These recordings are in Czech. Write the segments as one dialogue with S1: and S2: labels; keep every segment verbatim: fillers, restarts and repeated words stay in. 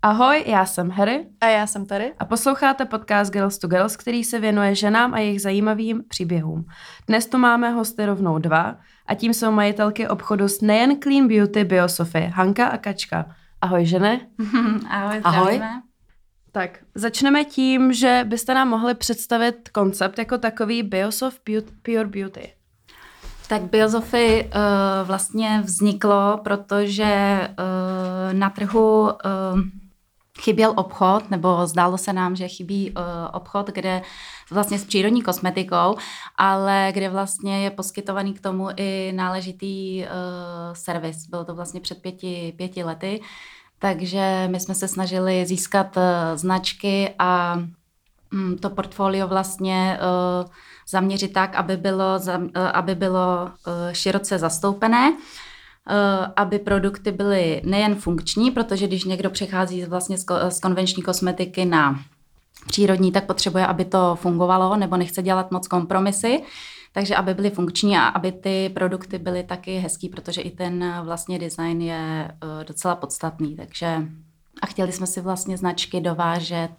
S1: Ahoj, já jsem Harry.
S2: A já jsem tady.
S1: A posloucháte podcast Girls to Girls, který se věnuje ženám a jejich zajímavým příběhům. Dnes tu máme hosty rovnou dva a tím jsou majitelky obchodu s nejen Clean Beauty Biosofy, Hanka a Kačka. Ahoj, ženy.
S3: Ahoj,
S1: Ahoj. Tak, začneme tím, že byste nám mohli představit koncept jako takový Biosof Pure Beauty.
S3: Tak Biosofy uh, vlastně vzniklo, protože uh, na trhu uh, chyběl obchod, nebo zdálo se nám, že chybí uh, obchod, kde vlastně s přírodní kosmetikou, ale kde vlastně je poskytovaný k tomu i náležitý uh, servis. Bylo to vlastně před pěti, pěti lety, takže my jsme se snažili získat uh, značky a um, to portfolio vlastně uh, zaměřit tak, aby bylo, aby bylo široce zastoupené, aby produkty byly nejen funkční, protože když někdo přechází vlastně z konvenční kosmetiky na přírodní, tak potřebuje, aby to fungovalo, nebo nechce dělat moc kompromisy, takže aby byly funkční a aby ty produkty byly taky hezký, protože i ten vlastně design je docela podstatný. Takže a chtěli jsme si vlastně značky dovážet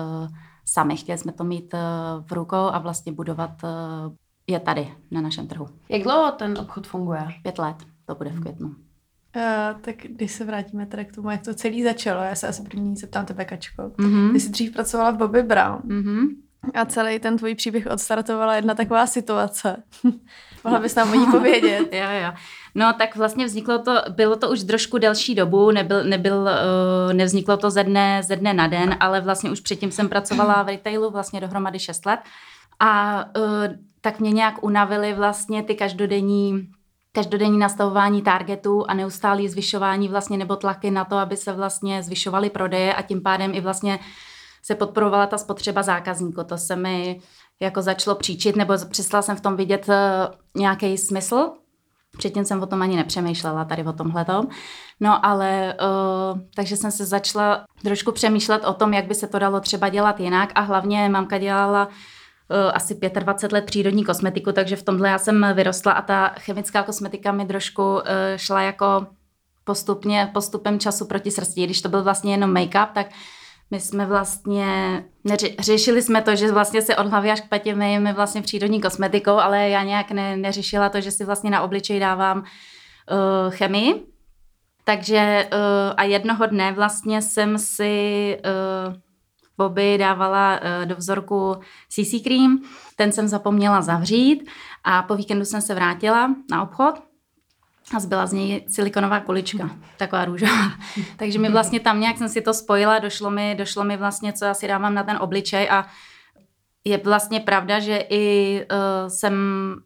S3: sami. Chtěli jsme to mít v rukou a vlastně budovat je tady na našem trhu.
S1: Jak dlouho ten obchod funguje?
S3: Pět let, to bude v květnu.
S2: Uh, tak když se vrátíme teda k tomu, jak to celý začalo, já se asi první zeptám tebe, Kačko. Mm-hmm. Ty jsi dřív pracovala v Bobbi Brown mm-hmm. a celý ten tvůj příběh odstartovala jedna taková situace. Mohla bys nám o ní povědět?
S3: jo, jo. No tak vlastně vzniklo to, bylo to už trošku delší dobu, nebyl, nebyl, uh, nevzniklo to ze dne, ze dne na den, ale vlastně už předtím jsem pracovala v retailu vlastně dohromady šest let a uh, tak mě nějak unavily vlastně ty každodenní, každodenní nastavování targetů a neustálý zvyšování vlastně nebo tlaky na to, aby se vlastně zvyšovaly prodeje a tím pádem i vlastně se podporovala ta spotřeba zákazníků. To se mi jako začalo příčit, nebo přestala jsem v tom vidět uh, nějaký smysl. Předtím jsem o tom ani nepřemýšlela tady o tomhletom. No ale, uh, takže jsem se začala trošku přemýšlet o tom, jak by se to dalo třeba dělat jinak a hlavně mamka dělala uh, asi dvacet pět let přírodní kosmetiku, takže v tomhle já jsem vyrostla a ta chemická kosmetika mi trošku uh, šla jako postupně, postupem času proti srsti. Když to byl vlastně jenom make-up, tak my jsme vlastně, neři, řešili jsme to, že vlastně se od hlavy až k patě myjeme vlastně přírodní kosmetikou, ale já nějak ne, neřešila to, že si vlastně na obličej dávám uh, chemii. Takže uh, a jednoho dne vlastně jsem si uh, Bobby dávala uh, do vzorku C C cream, ten jsem zapomněla zavřít a po víkendu jsem se vrátila na obchod a zbyla z něj silikonová kulička, taková růžová. Takže mi vlastně tam nějak jsem si to spojila, došlo mi, došlo mi vlastně, co já si dávám na ten obličej a je vlastně pravda, že i uh, jsem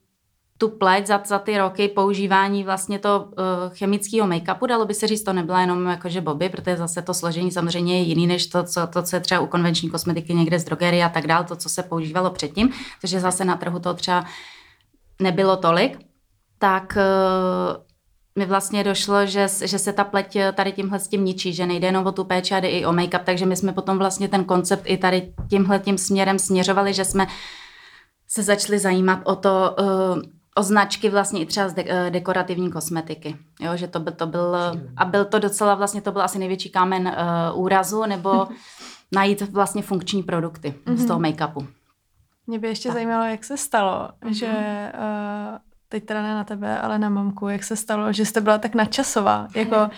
S3: tu pleť za, za ty roky používání vlastně to uh, chemického make-upu, dalo by se říct, to nebyla jenom jakože Bobby, protože zase to složení samozřejmě je jiný, než to, co, to, co je třeba u konvenční kosmetiky někde z drogerie a tak dál, to, co se používalo předtím, takže zase na trhu to třeba nebylo tolik, tak uh, mi vlastně došlo, že, že se ta pleť tady tímhle s tím ničí, že nejde jenom o tu péči, a jde i o make-up, takže my jsme potom vlastně ten koncept i tady tímhle tím směrem směřovali, že jsme se začali zajímat o to, uh, o značky vlastně i třeba z de- dekorativní kosmetiky. Jo, že to byl, to byl, a byl to docela vlastně, to byl asi největší kámen uh, úrazu, nebo najít vlastně funkční produkty mm-hmm. z toho make-upu.
S2: Mě by ještě
S3: tak.
S2: zajímalo, jak se stalo, mm-hmm. že uh, teď teda ne na tebe, ale na mamku, jak se stalo, že jste byla tak nadčasová, jako...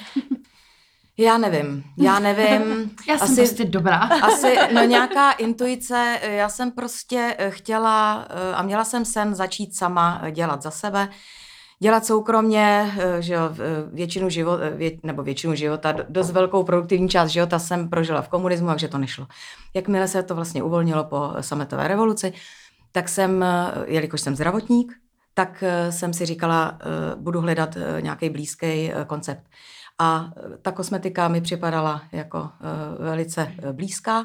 S4: Já nevím, já nevím.
S1: Já jsem asi, prostě dobrá.
S4: Asi, no nějaká intuice, já jsem prostě chtěla a měla jsem sen začít sama dělat za sebe, dělat soukromně, že jo, většinu života, vě, nebo většinu života, dost velkou produktivní část života jsem prožila v komunismu, takže to nešlo. Jakmile se to vlastně uvolnilo po sametové revoluci, tak jsem, jelikož jsem zdravotník, tak jsem si říkala, budu hledat nějaký blízký koncept. A ta kosmetika mi připadala jako velice blízká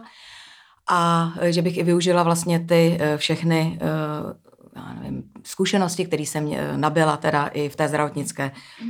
S4: a že bych i využila vlastně ty všechny já nevím, zkušenosti, které jsem nabyla teda i v té zdravotnické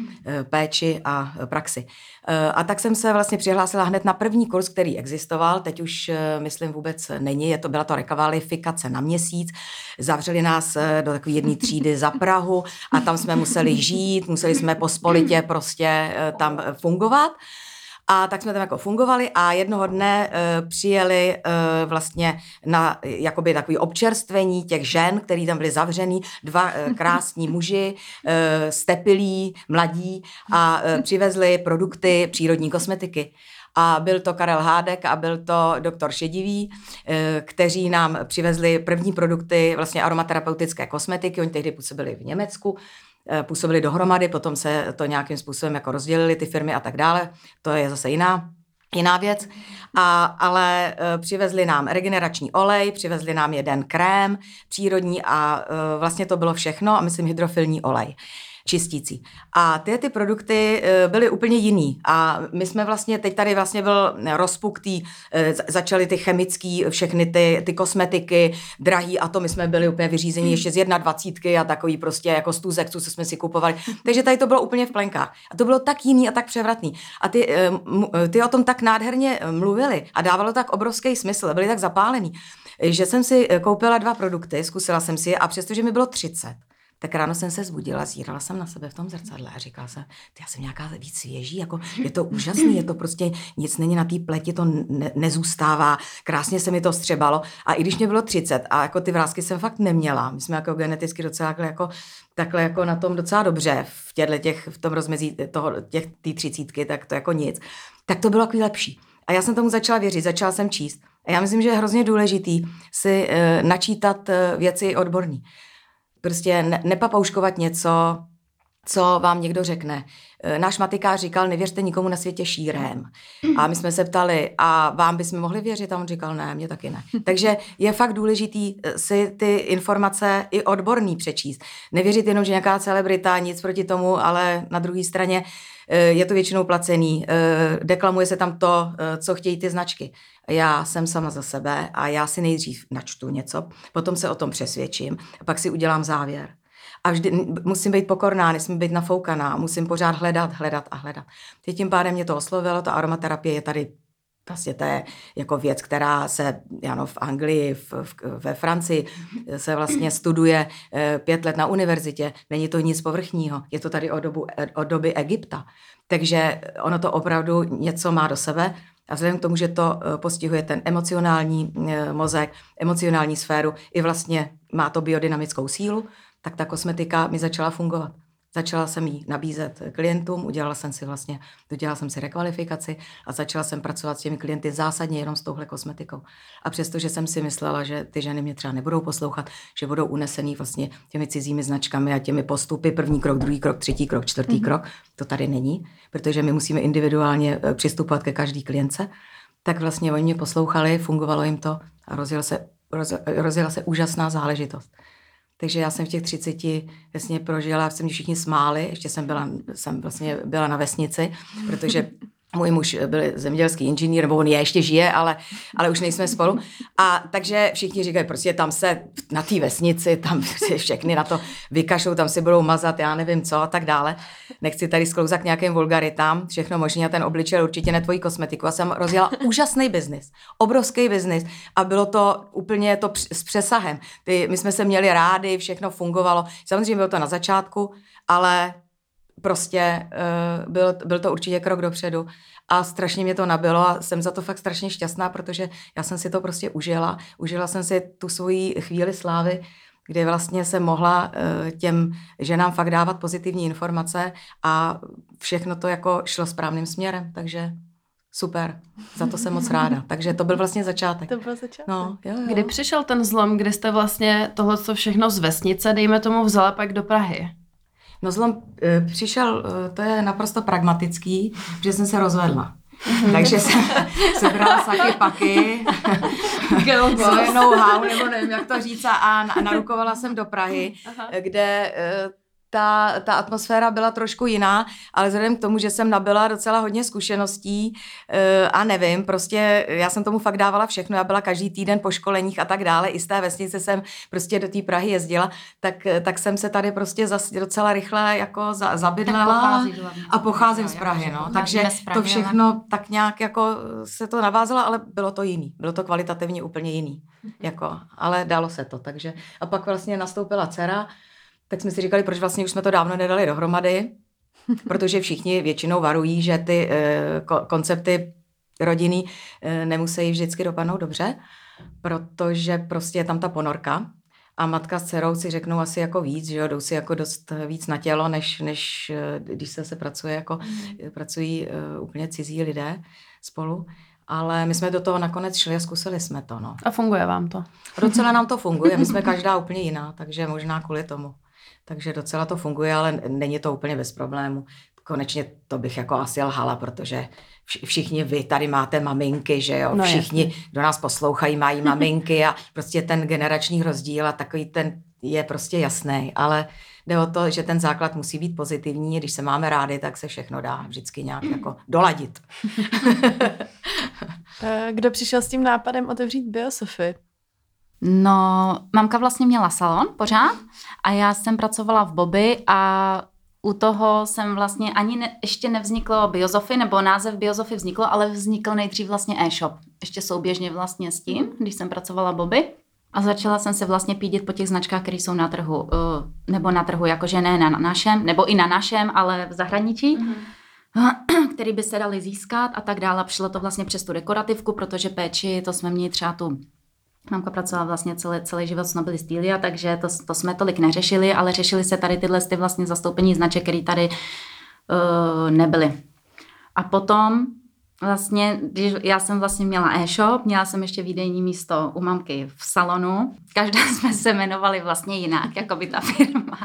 S4: péči a praxi. A tak jsem se vlastně přihlásila hned na první kurz, který existoval, teď už myslím vůbec není, je to, byla to rekvalifikace na měsíc, zavřeli nás do takové jedné třídy za Prahu a tam jsme museli žít, museli jsme pospolitě prostě tam fungovat. A tak jsme tam jako fungovali a jednoho dne uh, přijeli uh, vlastně na jakoby takový občerstvení těch žen, který tam byli zavřený, dva uh, krásní muži, uh, stepilí, mladí a uh, přivezli produkty přírodní kosmetiky. A byl to Karel Hádek a byl to doktor Šedivý, kteří nám přivezli první produkty vlastně aromaterapeutické kosmetiky. Oni tehdy působili v Německu, působili dohromady, potom se to nějakým způsobem jako rozdělili ty firmy a tak dále. To je zase jiná, jiná věc. A, ale přivezli nám regenerační olej, přivezli nám jeden krém přírodní a vlastně to bylo všechno a myslím hydrofilní olej čistící. A ty ty produkty byly úplně jiný. A my jsme vlastně, teď tady vlastně byl rozpuk tý, začaly ty chemický, všechny ty, ty kosmetiky, drahý a to my jsme byli úplně vyřízení ještě z jedna dvacítky a takový prostě jako stůzek, co jsme si kupovali. Takže tady to bylo úplně v plenkách. A to bylo tak jiný a tak převratný. A ty, ty o tom tak nádherně mluvili a dávalo tak obrovský smysl, byli tak zapálení, že jsem si koupila dva produkty, zkusila jsem si je a přestože mi bylo třicet, tak ráno jsem se zbudila, zírala jsem na sebe v tom zrcadle a říkala jsem, ty, já jsem nějaká víc svěží, jako je to úžasný, je to prostě nic není na té pleti, to ne, nezůstává, krásně se mi to střebalo a i když mě bylo třicet a jako ty vrásky jsem fakt neměla, my jsme jako geneticky docela jako, takhle jako na tom docela dobře v těchto těch, v tom rozmezí toho, těch, tý třicítky, tak to jako nic, tak to bylo takový lepší. A já jsem tomu začala věřit, začala jsem číst. A já myslím, že je hrozně důležitý si e, načítat e, věci odborný. Prostě ne, nepapouškovat něco, co vám někdo řekne. Náš matikář říkal, nevěřte nikomu na světě šírem. A my jsme se ptali, a vám bychom mohli věřit? A on říkal, ne, mě taky ne. Takže je fakt důležitý si ty informace i odborný přečíst. Nevěřit jenom, že nějaká celebrita, nic proti tomu, ale na druhé straně je to většinou placený. Deklamuje se tam to, co chtějí ty značky. Já jsem sama za sebe a já si nejdřív načtu něco, potom se o tom přesvědčím a pak si udělám závěr. A vždy musím být pokorná, nesmím být nafoukaná, musím pořád hledat, hledat a hledat. Teď tím pádem mě to oslovilo, ta aromaterapie je tady, vlastně to je jako věc, která se, ano, v Anglii, v, v, ve Francii se vlastně studuje pět let na univerzitě, není to nic povrchního, je to tady od, dobu, od doby Egypta. Takže ono to opravdu něco má do sebe. A vzhledem k tomu, že to postihuje ten emocionální mozek, emocionální sféru, i vlastně má to biodynamickou sílu, tak ta kosmetika mi začala fungovat. Začala jsem ji nabízet klientům, udělala jsem si vlastně, dodělala jsem si rekvalifikaci a začala jsem pracovat s těmi klienty zásadně jenom s touhle kosmetikou. A přestože jsem si myslela, že ty ženy mě třeba nebudou poslouchat, že budou unesený vlastně těmi cizími značkami a těmi postupy, první krok, druhý krok, třetí krok, čtvrtý mm-hmm. krok, to tady není, protože my musíme individuálně přistupovat ke každý klientce, tak vlastně oni mě poslouchali, fungovalo jim to a rozjela se, roz, rozjela se úžasná záležitost. Takže já jsem v těch třiceti vlastně prožila, se mě všichni smáli, ještě jsem byla, jsem vlastně byla na vesnici, protože můj muž byl zemědělský inženýr, nebo on je, ještě žije, ale, ale už nejsme spolu. A takže všichni říkají, prostě tam se na té vesnici, tam si všechny na to vykašou, tam si budou mazat, já nevím co a tak dále. Nechci tady sklouzat k nějakým vulgaritám, všechno možný a ten obličej určitě ne tvojí kosmetiku. A jsem rozjela úžasný biznis, obrovský biznis a bylo to úplně to s přesahem. Ty, my jsme se měli rádi, všechno fungovalo. Samozřejmě bylo to na začátku, ale prostě uh, byl, byl to určitě krok dopředu a strašně mě to nabilo a jsem za to fakt strašně šťastná, protože já jsem si to prostě užila. Užila jsem si tu svoji chvíli slávy, kdy vlastně jsem mohla uh, těm ženám fakt dávat pozitivní informace a všechno to jako šlo správným směrem, takže super, za to jsem moc ráda. Takže to byl vlastně začátek.
S2: To byl začátek.
S4: No, jo, jo.
S1: Kdy přišel ten zlom, kdy jste vlastně tohle všechno z vesnice, dejme tomu, vzala pak do Prahy?
S4: No zlom e, přišel, e, to je naprosto pragmatický, že jsem se rozvedla. Takže jsem sebrala saky paky, svoje know-how, nebo nevím, jak to říct, a narukovala jsem do Prahy, Aha. kde e, ta, ta atmosféra byla trošku jiná, ale vzhledem k tomu, že jsem nabyla docela hodně zkušeností e, a nevím, prostě já jsem tomu fakt dávala všechno, já byla každý týden po školeních a tak dále, i z té vesnice jsem prostě do té Prahy jezdila, tak, tak jsem se tady prostě zas, docela rychle jako za, zabydlela a pocházím z Prahy, no, takže to všechno tak nějak jako se to navázalo, ale bylo to jiný, bylo to kvalitativně úplně jiný, jako, ale dalo se to, takže a pak vlastně nastoupila dcera. Tak jsme si říkali, proč vlastně už jsme to dávno nedali dohromady. protože všichni většinou varují, že ty uh, koncepty rodiny uh, nemusí vždycky dopadnout dobře, protože prostě je tam ta ponorka a matka s dcerou si řeknou asi jako víc, že jo, jdou si jako dost víc na tělo, než, než když se se pracuje jako, mm. pracují uh, úplně cizí lidé spolu. Ale my jsme do toho nakonec šli a zkusili jsme to, no.
S1: A funguje vám to?
S4: Docela nám to funguje, my jsme každá úplně jiná, takže možná kvůli tomu. Takže docela to funguje, ale není to úplně bez problému. Konečně to bych jako asi lhala, protože všichni vy tady máte maminky, že jo, všichni, no kdo nás poslouchají, mají maminky a prostě ten generační rozdíl a takový ten je prostě jasný, ale jde o to, že ten základ musí být pozitivní, když se máme rádi, tak se všechno dá vždycky nějak jako doladit.
S2: Kdo přišel s tím nápadem otevřít Biosofy?
S3: No, mamka vlastně měla salon pořád a já jsem pracovala v Bobby a u toho jsem vlastně ani ne, ještě nevzniklo Biosofy, nebo název Biosofy vzniklo, ale vznikl nejdřív vlastně e-shop. Ještě souběžně vlastně s tím, když jsem pracovala v Bobby. A začala jsem se vlastně pídit po těch značkách, které jsou na trhu, nebo na trhu, jakože ne na našem, nebo i na našem, ale v zahraničí, mm-hmm. který by se dali získat a tak dále. Přišlo to vlastně přes tu dekorativku, protože péči, to jsme měli třeba tu, mamka pracovala vlastně celý, celý život s Nobili Stylia, takže to, to jsme tolik neřešili, ale řešili se tady tyhle ty vlastně zastoupení značek, které tady uh, nebyly. A potom vlastně, když já jsem vlastně měla e-shop, měla jsem ještě výdejní místo u mamky v salonu. Každá jsme se jmenovali vlastně jinak, jako by ta firma.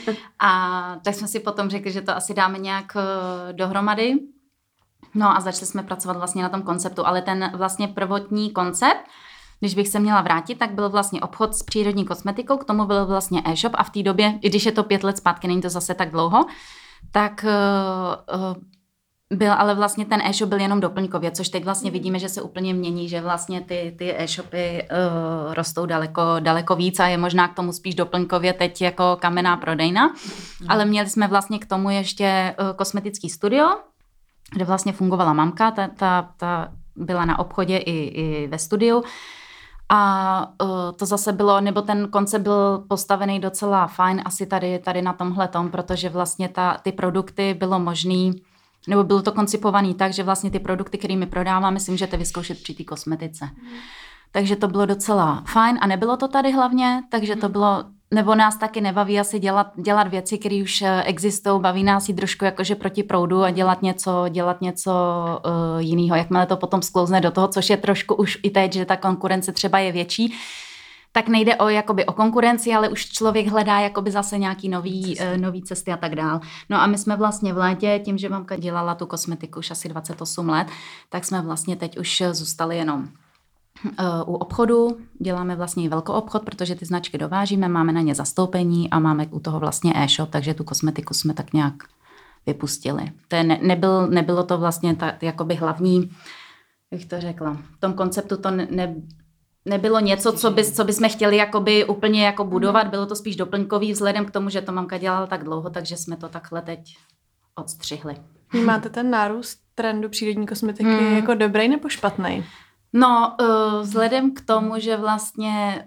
S3: A tak jsme si potom řekli, že to asi dáme nějak dohromady. No a začali jsme pracovat vlastně na tom konceptu, ale ten vlastně prvotní koncept, když bych se měla vrátit, tak byl vlastně obchod s přírodní kosmetikou, k tomu byl vlastně e-shop a v té době, i když je to pět let zpátky, není to zase tak dlouho, tak uh, uh, byl, ale vlastně ten e-shop byl jenom doplňkově, což teď vlastně vidíme, že se úplně mění, že vlastně ty, ty e-shopy uh, rostou daleko, daleko víc a je možná k tomu spíš doplňkově teď jako kamenná prodejna. Mm. Ale měli jsme vlastně k tomu ještě uh, kosmetický studio, kde vlastně fungovala mamka, ta, ta, ta byla na obchodě i, i ve studiu. A uh, to zase bylo, nebo ten koncept byl postavený docela fajn asi tady, tady na tomhletom, protože vlastně ta, ty produkty bylo možný, nebo bylo to koncipovaný tak, že vlastně ty produkty, které my prodáváme, si můžete vyzkoušet při té kosmetice. Mm. Takže to bylo docela fajn a nebylo to tady hlavně, takže to bylo, nebo nás taky nebaví asi dělat, dělat věci, které už existují, baví nás jít trošku jakože proti proudu a dělat něco, dělat něco uh, jiného. Jakmile to potom sklouzne do toho, což je trošku už i teď, že ta konkurence třeba je větší, tak nejde o, jakoby, o konkurenci, ale už člověk hledá jakoby zase nějaký nový, uh, nový cesty a tak dál. No a my jsme vlastně v létě, tím, že mamka dělala tu kosmetiku už asi dvacet osm let, tak jsme vlastně teď už zůstali jenom u obchodu, děláme vlastně i velkou obchod, protože ty značky dovážíme, máme na ně zastoupení a máme u toho vlastně e-shop, takže tu kosmetiku jsme tak nějak vypustili. To ne, nebyl, nebylo to vlastně ta, jakoby hlavní, jak to řekla, v tom konceptu to ne, ne, nebylo něco, co, by, co bychom chtěli jakoby úplně jako budovat, bylo to spíš doplňkový vzhledem k tomu, že to mamka dělala tak dlouho, takže jsme to takhle teď odstřihli.
S2: Máte ten nárůst trendu přírodní kosmetiky hmm. jako dobrý nebo špatný?
S3: No, uh, vzhledem k tomu, že vlastně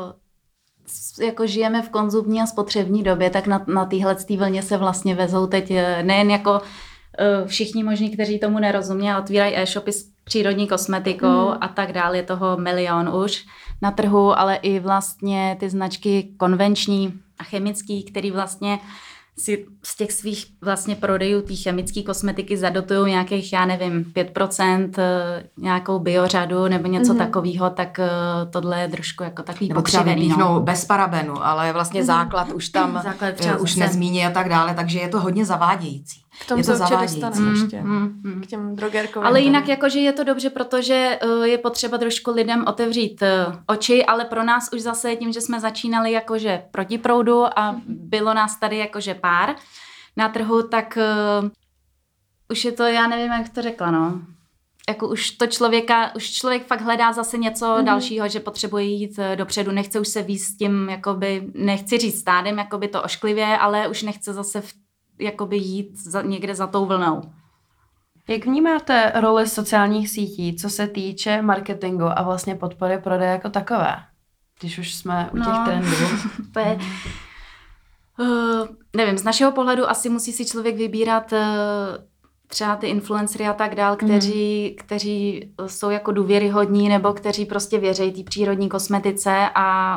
S3: uh, jako žijeme v konzumní a spotřební době, tak na, na téhle vlně se vlastně vezou teď nejen jako uh, všichni možní, kteří tomu nerozumí a otvírají e-shopy s přírodní kosmetikou mm. a tak dále, je toho milion už na trhu, ale i vlastně ty značky konvenční a chemický, který vlastně si z těch svých vlastně prodejů té chemické kosmetiky zadotují nějakých, já nevím, pět procent nějakou biořadu nebo něco mm-hmm. takového, tak tohle je trošku jako takový
S4: nebo třeba
S3: pokřivený. No.
S4: bez parabenu, ale vlastně mm-hmm. základ už tam základ už nezmíní a tak dále, takže je to hodně zavádějící.
S2: K tomu
S4: je to
S2: se určitě dostaneme ještě, mm, mm, k těm drogerkovým.
S3: Ale jinak jakože je to dobře, protože uh, je potřeba trošku lidem otevřít uh, oči, ale pro nás už zase tím, že jsme začínali jakože proti proudu a bylo nás tady jakože pár na trhu, tak uh, už je to, já nevím, jak to řekla, no. Jako už to člověka, už člověk fakt hledá zase něco mm-hmm. dalšího, že potřebuje jít dopředu, nechce už se víc s tím, jakoby, nechci říct stádem, jakoby to ošklivě, ale už nechce zase v jakoby jít za, někde za tou vlnou.
S1: Jak vnímáte roli sociálních sítí, co se týče marketingu a vlastně podpory prodeje jako takové? Když už jsme u těch
S3: no,
S1: trendů.
S3: To je, Uh, nevím, z našeho pohledu asi musí si člověk vybírat uh, třeba ty influencery a tak dál, kteří, mm. kteří jsou jako důvěryhodní nebo kteří prostě věří té přírodní kosmetice a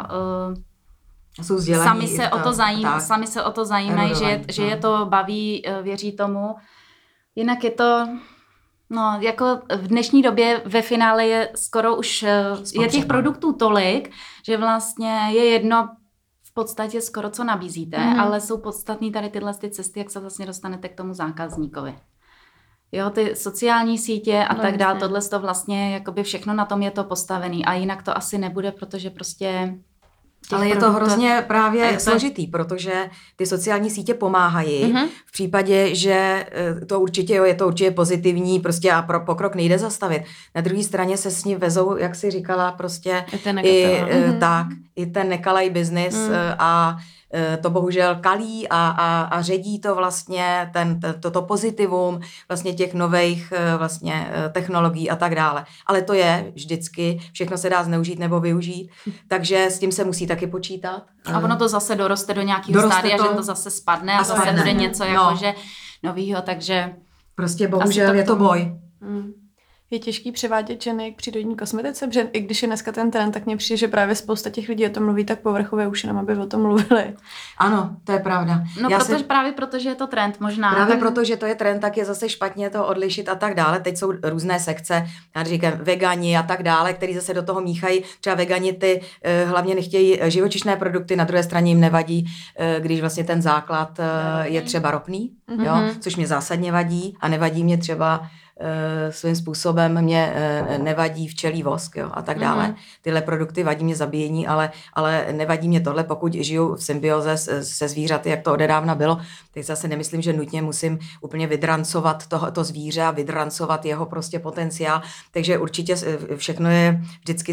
S3: uh,
S4: jsou
S3: sami se, ta, o to zajím, sami se o to zajímají, že, je, že je to baví, věří tomu. Jinak je to, no jako v dnešní době ve finále je skoro už, Spotřeba. je těch produktů tolik, že vlastně je jedno v podstatě skoro co nabízíte, mm. ale jsou podstatný tady tyhle ty cesty, jak se vlastně dostanete k tomu zákazníkovi. Jo, ty sociální sítě a no, tak dále, tohle to vlastně, jakoby všechno na tom je to postavený a jinak to asi nebude, protože prostě...
S4: Ale je to hrozně právě to... složitý, protože ty sociální sítě pomáhají mm-hmm. v případě, že to určitě jo, je to určitě pozitivní prostě a pro pokrok nejde zastavit. Na druhé straně se s ní vezou, jak jsi říkala, prostě i, i mm-hmm. tak, i ten nekalej biznis mm. a to bohužel kalí a, a, a ředí to vlastně ten, toto pozitivum vlastně těch nových vlastně technologií a tak dále. Ale to je vždycky, všechno se dá zneužít nebo využít, takže s tím se musí taky počítat.
S3: A ono to zase doroste do nějakého stádia, to, že to zase spadne a, a zase bude něco no. jakože novýho, takže...
S4: Prostě bohužel to je to boj.
S2: Mm. Je těžký převádět ženy k přírodní kosmetice, protože i když je dneska ten trend, tak mně přijde, že právě spousta těch lidí o tom mluví tak povrchově už jenom, aby o tom mluvili.
S4: Ano, to je pravda.
S3: No protože, se... právě protože je to trend možná.
S4: Právě tak... protože to je trend, tak je zase špatně to odlišit a tak dále. Teď jsou různé sekce, já říkám vegani a tak dále, který zase do toho míchají. Třeba vegani ty eh, hlavně nechtějí živočišné produkty, na druhé straně jim nevadí, eh, když vlastně ten základ eh, je třeba ropný, mm-hmm. jo, což mě zásadně vadí a nevadí mě třeba Uh, svým způsobem mě uh, nevadí včelí vosk jo, a tak dále. Mm-hmm. Tyhle produkty vadí mě zabíjení, ale, ale nevadí mě tohle, pokud žiju v symbioze se zvířaty, jak to odedávna bylo. Teď zase nemyslím, že nutně musím úplně vydrancovat to, to zvíře a vydrancovat jeho prostě potenciál. Takže určitě všechno je vždycky,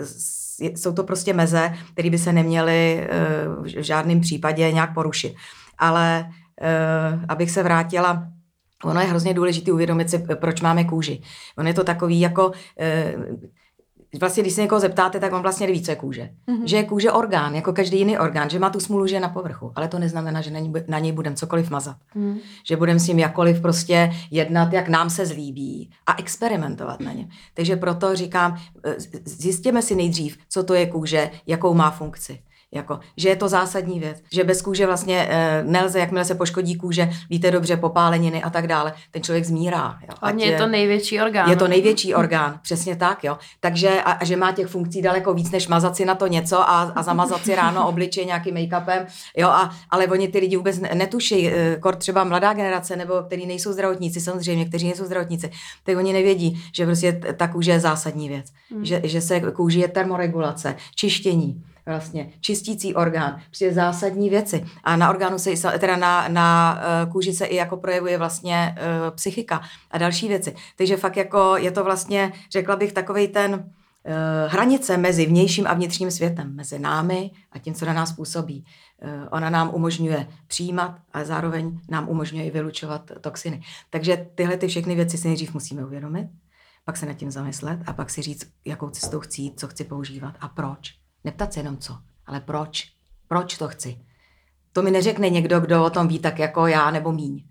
S4: jsou to prostě meze, které by se neměly uh, v žádném případě nějak porušit. Ale uh, abych se vrátila, ono je hrozně důležité uvědomit si, proč máme kůži. On je to takový jako, e, vlastně když se někoho zeptáte, tak on vlastně neví, co je kůže. Mm-hmm. Že je kůže orgán, jako každý jiný orgán, že má tu smůlu, že je na povrchu, ale to neznamená, že na, ní, na něj budeme cokoliv mazat. Mm. Že budeme s ním jakkoliv prostě jednat, jak nám se zlíbí a experimentovat na něm. Takže proto říkám, zjistěme si nejdřív, co to je kůže, jakou má funkci. Jako, že je to zásadní věc, že bez kůže vlastně e, nelze, jakmile se poškodí kůže, víte dobře, popáleniny a tak dále, ten člověk zmírá. Jo.
S1: Hlavně je to největší orgán.
S4: Je to největší orgán, přesně tak, jo. Takže a, a že má těch funkcí daleko víc, než mazat si na to něco a, a zamazat si ráno obličej nějakým make-upem, jo, a, ale oni ty lidi vůbec netuší, e, kor třeba mladá generace, nebo který nejsou zdravotníci, samozřejmě, kteří nejsou zdravotníci, tak oni nevědí, že prostě ta kůže je zásadní věc, hmm. že, že se kůži je termoregulace, čištění, vlastně čistící orgán, prostě zásadní věci. A na orgánu se, teda na, na uh, kůži se i jako projevuje vlastně uh, psychika a další věci. Takže fakt jako je to vlastně, řekla bych, takovej ten uh, hranice mezi vnějším a vnitřním světem, mezi námi a tím, co na nás působí. Uh, ona nám umožňuje přijímat, ale zároveň nám umožňuje i vylučovat toxiny. Takže tyhle ty všechny věci si nejdřív musíme uvědomit, pak se nad tím zamyslet a pak si říct, jakou cestou chci jít, co chci používat a proč. Neptat se jenom co, ale proč? Proč to chci? To mi neřekne někdo, kdo o tom ví tak jako já nebo míň.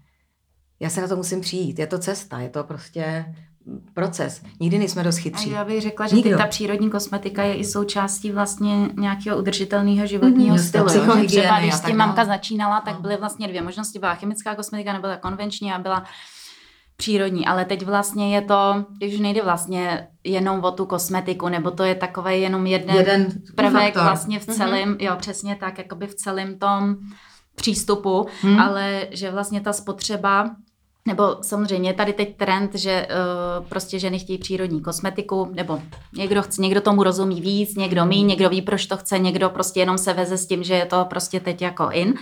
S4: Já se na to musím přijít. Je to cesta, je to prostě proces. Nikdy nejsme dost chytří.
S3: A já bych řekla, že ty, ta přírodní kosmetika je i součástí vlastně nějakého udržitelného životního mm-hmm. stylu. Že třeba když s tím mamka začínala, tak byly vlastně dvě možnosti. Byla chemická kosmetika nebo ta konvenční a byla přírodní, ale teď vlastně je to, když už nejde vlastně jenom o tu kosmetiku, nebo to je takový jenom jeden, jeden prvek faktor. Vlastně v celém, mm-hmm. jo, přesně tak, jakoby v celém tom přístupu, mm. ale že vlastně ta spotřeba, nebo samozřejmě tady teď trend, že uh, prostě ženy chtějí přírodní kosmetiku, nebo někdo chce, někdo tomu rozumí víc, někdo míň, někdo ví, proč to chce, někdo prostě jenom se veze s tím, že je to prostě teď jako in.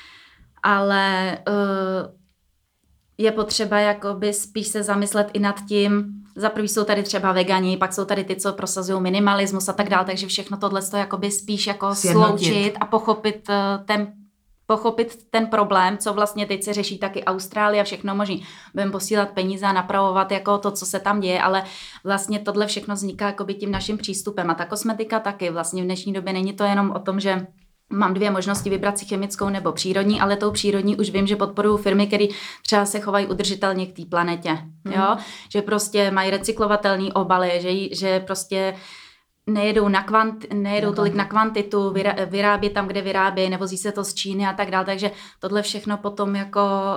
S3: Ale uh, je potřeba jakoby spíš se zamyslet i nad tím, za prvý jsou tady třeba vegani, pak jsou tady ty, co prosazují minimalismus a tak dále, takže všechno tohle to jakoby spíš jako
S4: sjednotit.
S3: Sloučit a pochopit ten, pochopit ten problém, co vlastně teď se řeší taky Austrálie a všechno možný. Budeme posílat peníze a napravovat jako to, co se tam děje, ale vlastně tohle všechno vzniká jakoby tím naším přístupem a ta kosmetika taky vlastně v dnešní době není to jenom o tom, že mám dvě možnosti vybrat si chemickou nebo přírodní, ale tou přírodní už vím, že podporuju firmy, které třeba se chovají udržitelně k té planetě, mm. jo? Že prostě mají recyklovatelné obaly, že, že prostě nejedou, na kvant, nejedou na tolik na kvantitu, vyrá, vyrábí tam, kde vyrábí, nevozí se to z Číny a tak dále, takže tohle všechno potom jako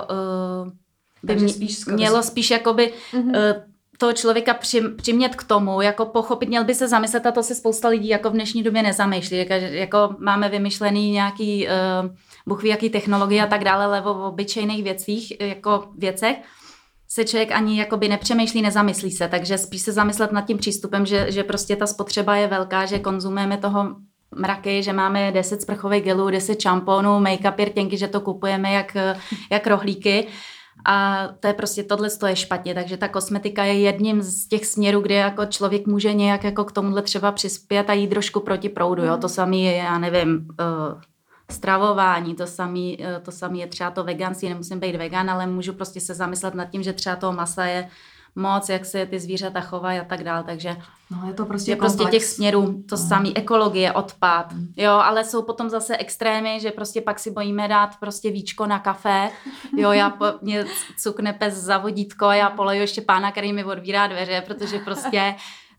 S3: uh, by mě, spíš mělo spíš jakoby mm-hmm. uh, toho člověka přim, přimět k tomu, jako pochopit, měl by se zamyslet, a to se spousta lidí jako v dnešní době nezamýšlí, jako, jako máme vymyšlený nějaký uh, bůh ví jaký technologie a tak dále, ale o obyčejných věcích, jako věcech, se člověk ani jakoby nepřemýšlí, nezamyslí se, takže spíš se zamyslet nad tím přístupem, že, že prostě ta spotřeba je velká, že konzumujeme toho mraky, že máme deset sprchových gelů, deset šamponů, make-up, rtěnky, že to kupujeme jak, jak rohlíky. A to je prostě, tohle je špatně, takže ta kosmetika je jedním z těch směrů, kde jako člověk může nějak jako k tomuhle třeba přispět a jít trošku proti proudu, jo, to samé je, já nevím, uh, stravování, to samé uh, to samý je třeba to veganství, nemusím být vegan, ale můžu prostě se zamyslet nad tím, že třeba toho masa je moc, jak se ty zvířata chovají a tak dál, takže
S4: no, je to prostě,
S3: je prostě těch směrů, to no. samý ekologie, odpad, mm. jo, ale jsou potom zase extrémy, že prostě pak si bojíme dát prostě víčko na kafe, jo, já po, mě cukne pes za vodítko a já poleju ještě pána, který mi odvírá dveře, protože prostě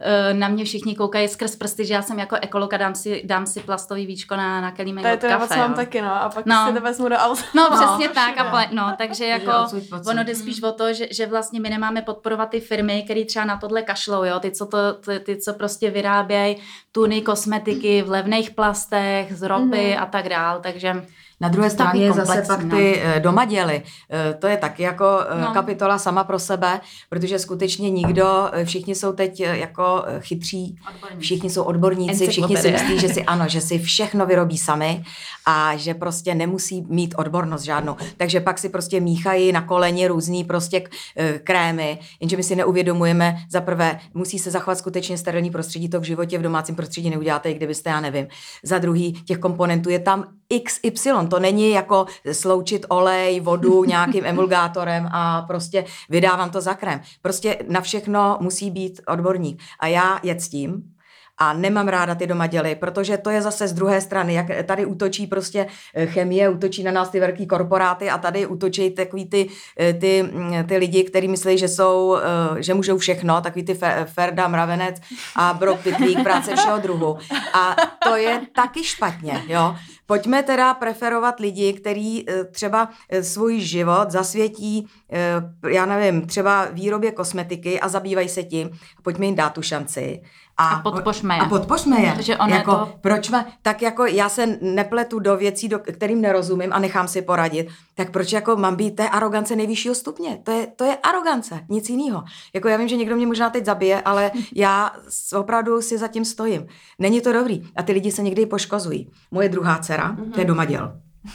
S3: na mě všichni koukají skrz prsty, že já jsem jako ekolog a dám si, dám si plastový víčko na, na kelímek od kafe.
S2: To je to, mám taky, no, a pak no. si to vezmu do auta.
S3: No, no přesně tak, a pole, no, takže jako ono jde spíš o to, že, že vlastně my nemáme podporovat ty firmy, které třeba na tohle kašlou, jo, ty, co, to, ty, ty, co prostě vyrábějí tuny, kosmetiky v levných plastech, z ropy mm-hmm. a tak dál, takže...
S4: Na druhé straně je zase pak ty no. domaděly. To je taky jako no. kapitola sama pro sebe, protože skutečně nikdo, všichni jsou teď jako chytří, odborníci. Všichni jsou odborníci, všichni si myslí, že si ano, že si všechno vyrobí sami a že prostě nemusí mít odbornost žádnou. Takže pak si prostě míchají na koleni různý prostě krémy, jenže my si neuvědomujeme, za prvé musí se zachovat skutečně sterilní prostředí, to v životě v domácím prostředí neuděláte, i kdybyste, já nevím. Za druhý, těch komponentů je tam iks ypsilon, to není jako sloučit olej, vodu nějakým emulgátorem a prostě vydávám to za krém. Prostě na všechno musí být odborník. A já je ctím a nemám ráda ty domaděly, protože to je zase z druhé strany, jak tady útočí prostě chemie, útočí na nás ty velký korporáty a tady útočí takový ty, ty, ty lidi, kteří myslí, že jsou, že můžou všechno, takový ty Ferda, Mravenec a Brok Pitlík, práce všeho druhu. A to je taky špatně, jo. Pojďme teda preferovat lidi, kteří třeba svůj život zasvětí, já nevím, třeba výrobě kosmetiky a zabývají se tím. Pojďme jim dát tu šanci.
S3: A, a podpořme je.
S4: A podpořme je.
S3: Protože on
S4: jako,
S3: je to...
S4: proč ma, tak jako já se nepletu do věcí, do kterým nerozumím a nechám si poradit, tak proč jako mám být té arogance nejvyššího stupně? To je, to je arogance, nic jiného. Jako já vím, že někdo mě možná teď zabije, ale já opravdu si za tím stojím. Není to dobrý. A ty lidi se někdy poškozují. Moje druhá dcera, mm-hmm. to je domaděl.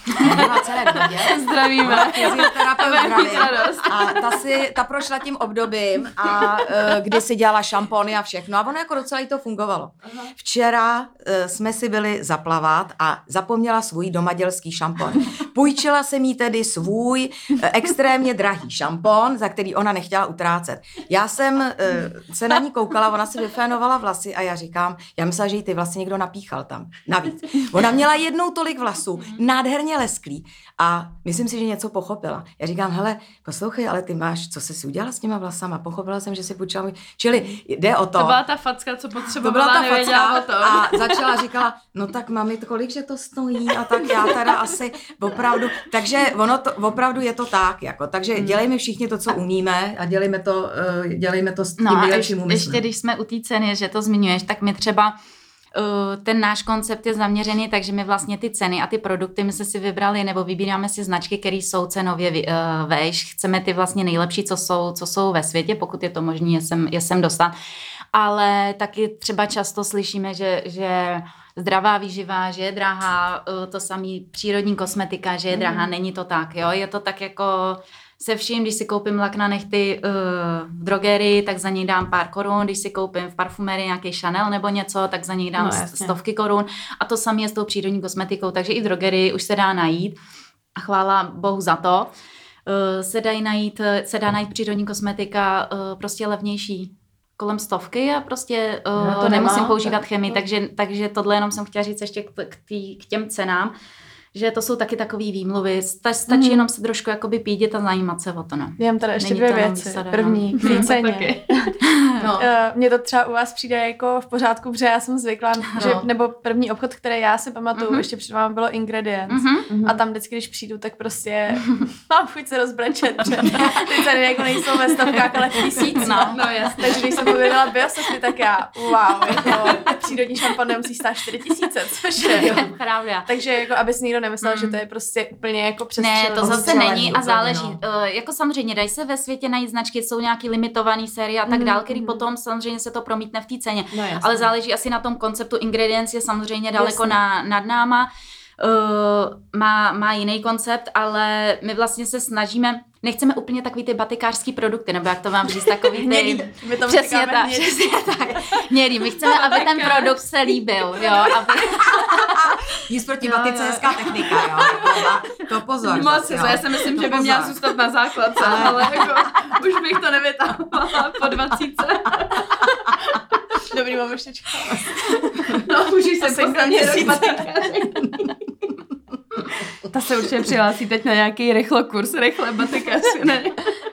S1: Zdravíme.
S4: A ta, si, ta prošla tím obdobím, a uh, kdy si dělala šampony a všechno. A ono jako docela jí to fungovalo. Aha. Včera uh, jsme si byli zaplavat a zapomněla svůj domadělský šampon. Půjčila se mi tedy svůj uh, extrémně drahý šampon, za který ona nechtěla utrácet. Já jsem uh, se na ní koukala, ona si vyfénovala vlasy a já říkám, já myslela, že jí ty vlasy někdo napíchal tam. Navíc. Ona měla jednou tolik vlasů, nádherně lesklý a myslím si, že něco pochopila. Já říkám, hele, poslouchej, ale ty máš, co jsi si udělala s těma vlasama? Pochopila jsem, že si půjčila můj... Čili jde o to.
S1: To byla ta facka, co potřebovala,
S4: to byla ta
S1: nevěděla
S4: facka
S1: o tom.
S4: A začala, říkala, no tak mami, kolik, že to stojí a tak já teda asi opravdu, takže ono to, opravdu je to tak, jako, takže hmm. dělejme všichni to, co umíme a dělejme to, dělejme to s tím
S3: no
S4: nejlepším úmyslem.
S3: Ještě, když jsme u té ceny, že to zmiňuješ, tak my třeba ten náš koncept je zaměřený, takže my vlastně ty ceny a ty produkty my jsme si vybrali nebo vybíráme si značky, které jsou cenově vejš. Chceme ty vlastně nejlepší, co jsou, co jsou ve světě, pokud je to možné, je sem, je sem dostat. Ale taky třeba často slyšíme, že, že zdravá výživa, že je drahá, to samý přírodní kosmetika, že je drahá, není to tak, jo, je to tak jako se vším, když si koupím lak na nechty uh, v drogerii, tak za něj dám pár korun, když si koupím v parfumerii nějaký Chanel nebo něco, tak za něj dám no, stovky korun a to samé je s tou přírodní kosmetikou, takže i v drogerii už se dá najít a chvála Bohu za to, uh, se, dají najít, se dá najít přírodní kosmetika uh, prostě levnější. kolem stovky a prostě uh,
S1: no,
S3: to nemusím
S1: nemá,
S3: používat
S1: tak,
S3: chemii,
S1: to...
S3: takže, takže tohle jenom jsem chtěla říct ještě k, k, tý, k těm cenám, že to jsou taky takový výmluvy. Sta, stačí mm. jenom se trošku jakoby pídět a zajímat se o to, no.
S2: Já mám tady ještě
S3: Není
S2: dvě
S3: to jenom
S2: věci.
S3: výsada,
S2: První,
S3: no.
S2: k ceně.
S4: No.
S2: Mně to třeba u vás přijde jako v pořádku, protože já jsem zvyklá, no. že, nebo první obchod, který já si pamatuju, mm-hmm. ještě před vámi bylo Ingredients. Mm-hmm. A tam vždycky, když přijdu, tak prostě mám chuť se rozbrečet, protože ty ceny jako nejsou ve stovkách, ale v tisíc.
S3: No, no jasně.
S2: Takže když jsem objevila biosofy, tak já, wow, jako přírodní šampon nemusí stát čtyři tisíce, což je.
S3: Pravda.
S2: Takže jako, abys nikdo nemyslel, mm. že to je prostě úplně jako přes
S3: Ne, to zase
S4: Střelení
S3: není a
S4: úplně,
S3: záleží.
S4: no.
S3: Uh, jako samozřejmě dají se ve světě najít značky, jsou nějaký limitovaný série a tak
S2: Mm,
S3: dál, který
S2: mm.
S3: potom samozřejmě se to promítne v té ceně.
S1: No, jasně.
S3: Ale záleží asi na tom konceptu. Ingredients je samozřejmě daleko
S2: Jasně.
S3: na, nad náma. Uh, má, má jiný koncept, ale my vlastně se snažíme, nechceme úplně takový ty batikářský produkty, nebo jak to mám říct, takový ty...
S2: Hnědý. My tomu
S3: Přesně
S2: říkáme
S3: tak,
S2: hnědý.
S3: přesně tak. Hnědý. My chceme, aby ten produkt se líbil, jo, aby...
S4: Nic proti batice, hezká technika, jo. To pozor.
S1: Moc,
S4: zase, jo.
S1: já si myslím,
S4: To
S1: že by
S4: pozor.
S1: měla zůstat na základce, ale, ale jako, už bych to nevytáhla po dvacítce.
S2: Dobrý, mám ještě čekat.
S1: No, můžeš se
S2: Asi
S1: poznat
S2: za měsíc.
S1: Ta se určitě přihlásí teď na nějaký rychlokurs, rychle batikáři, ne?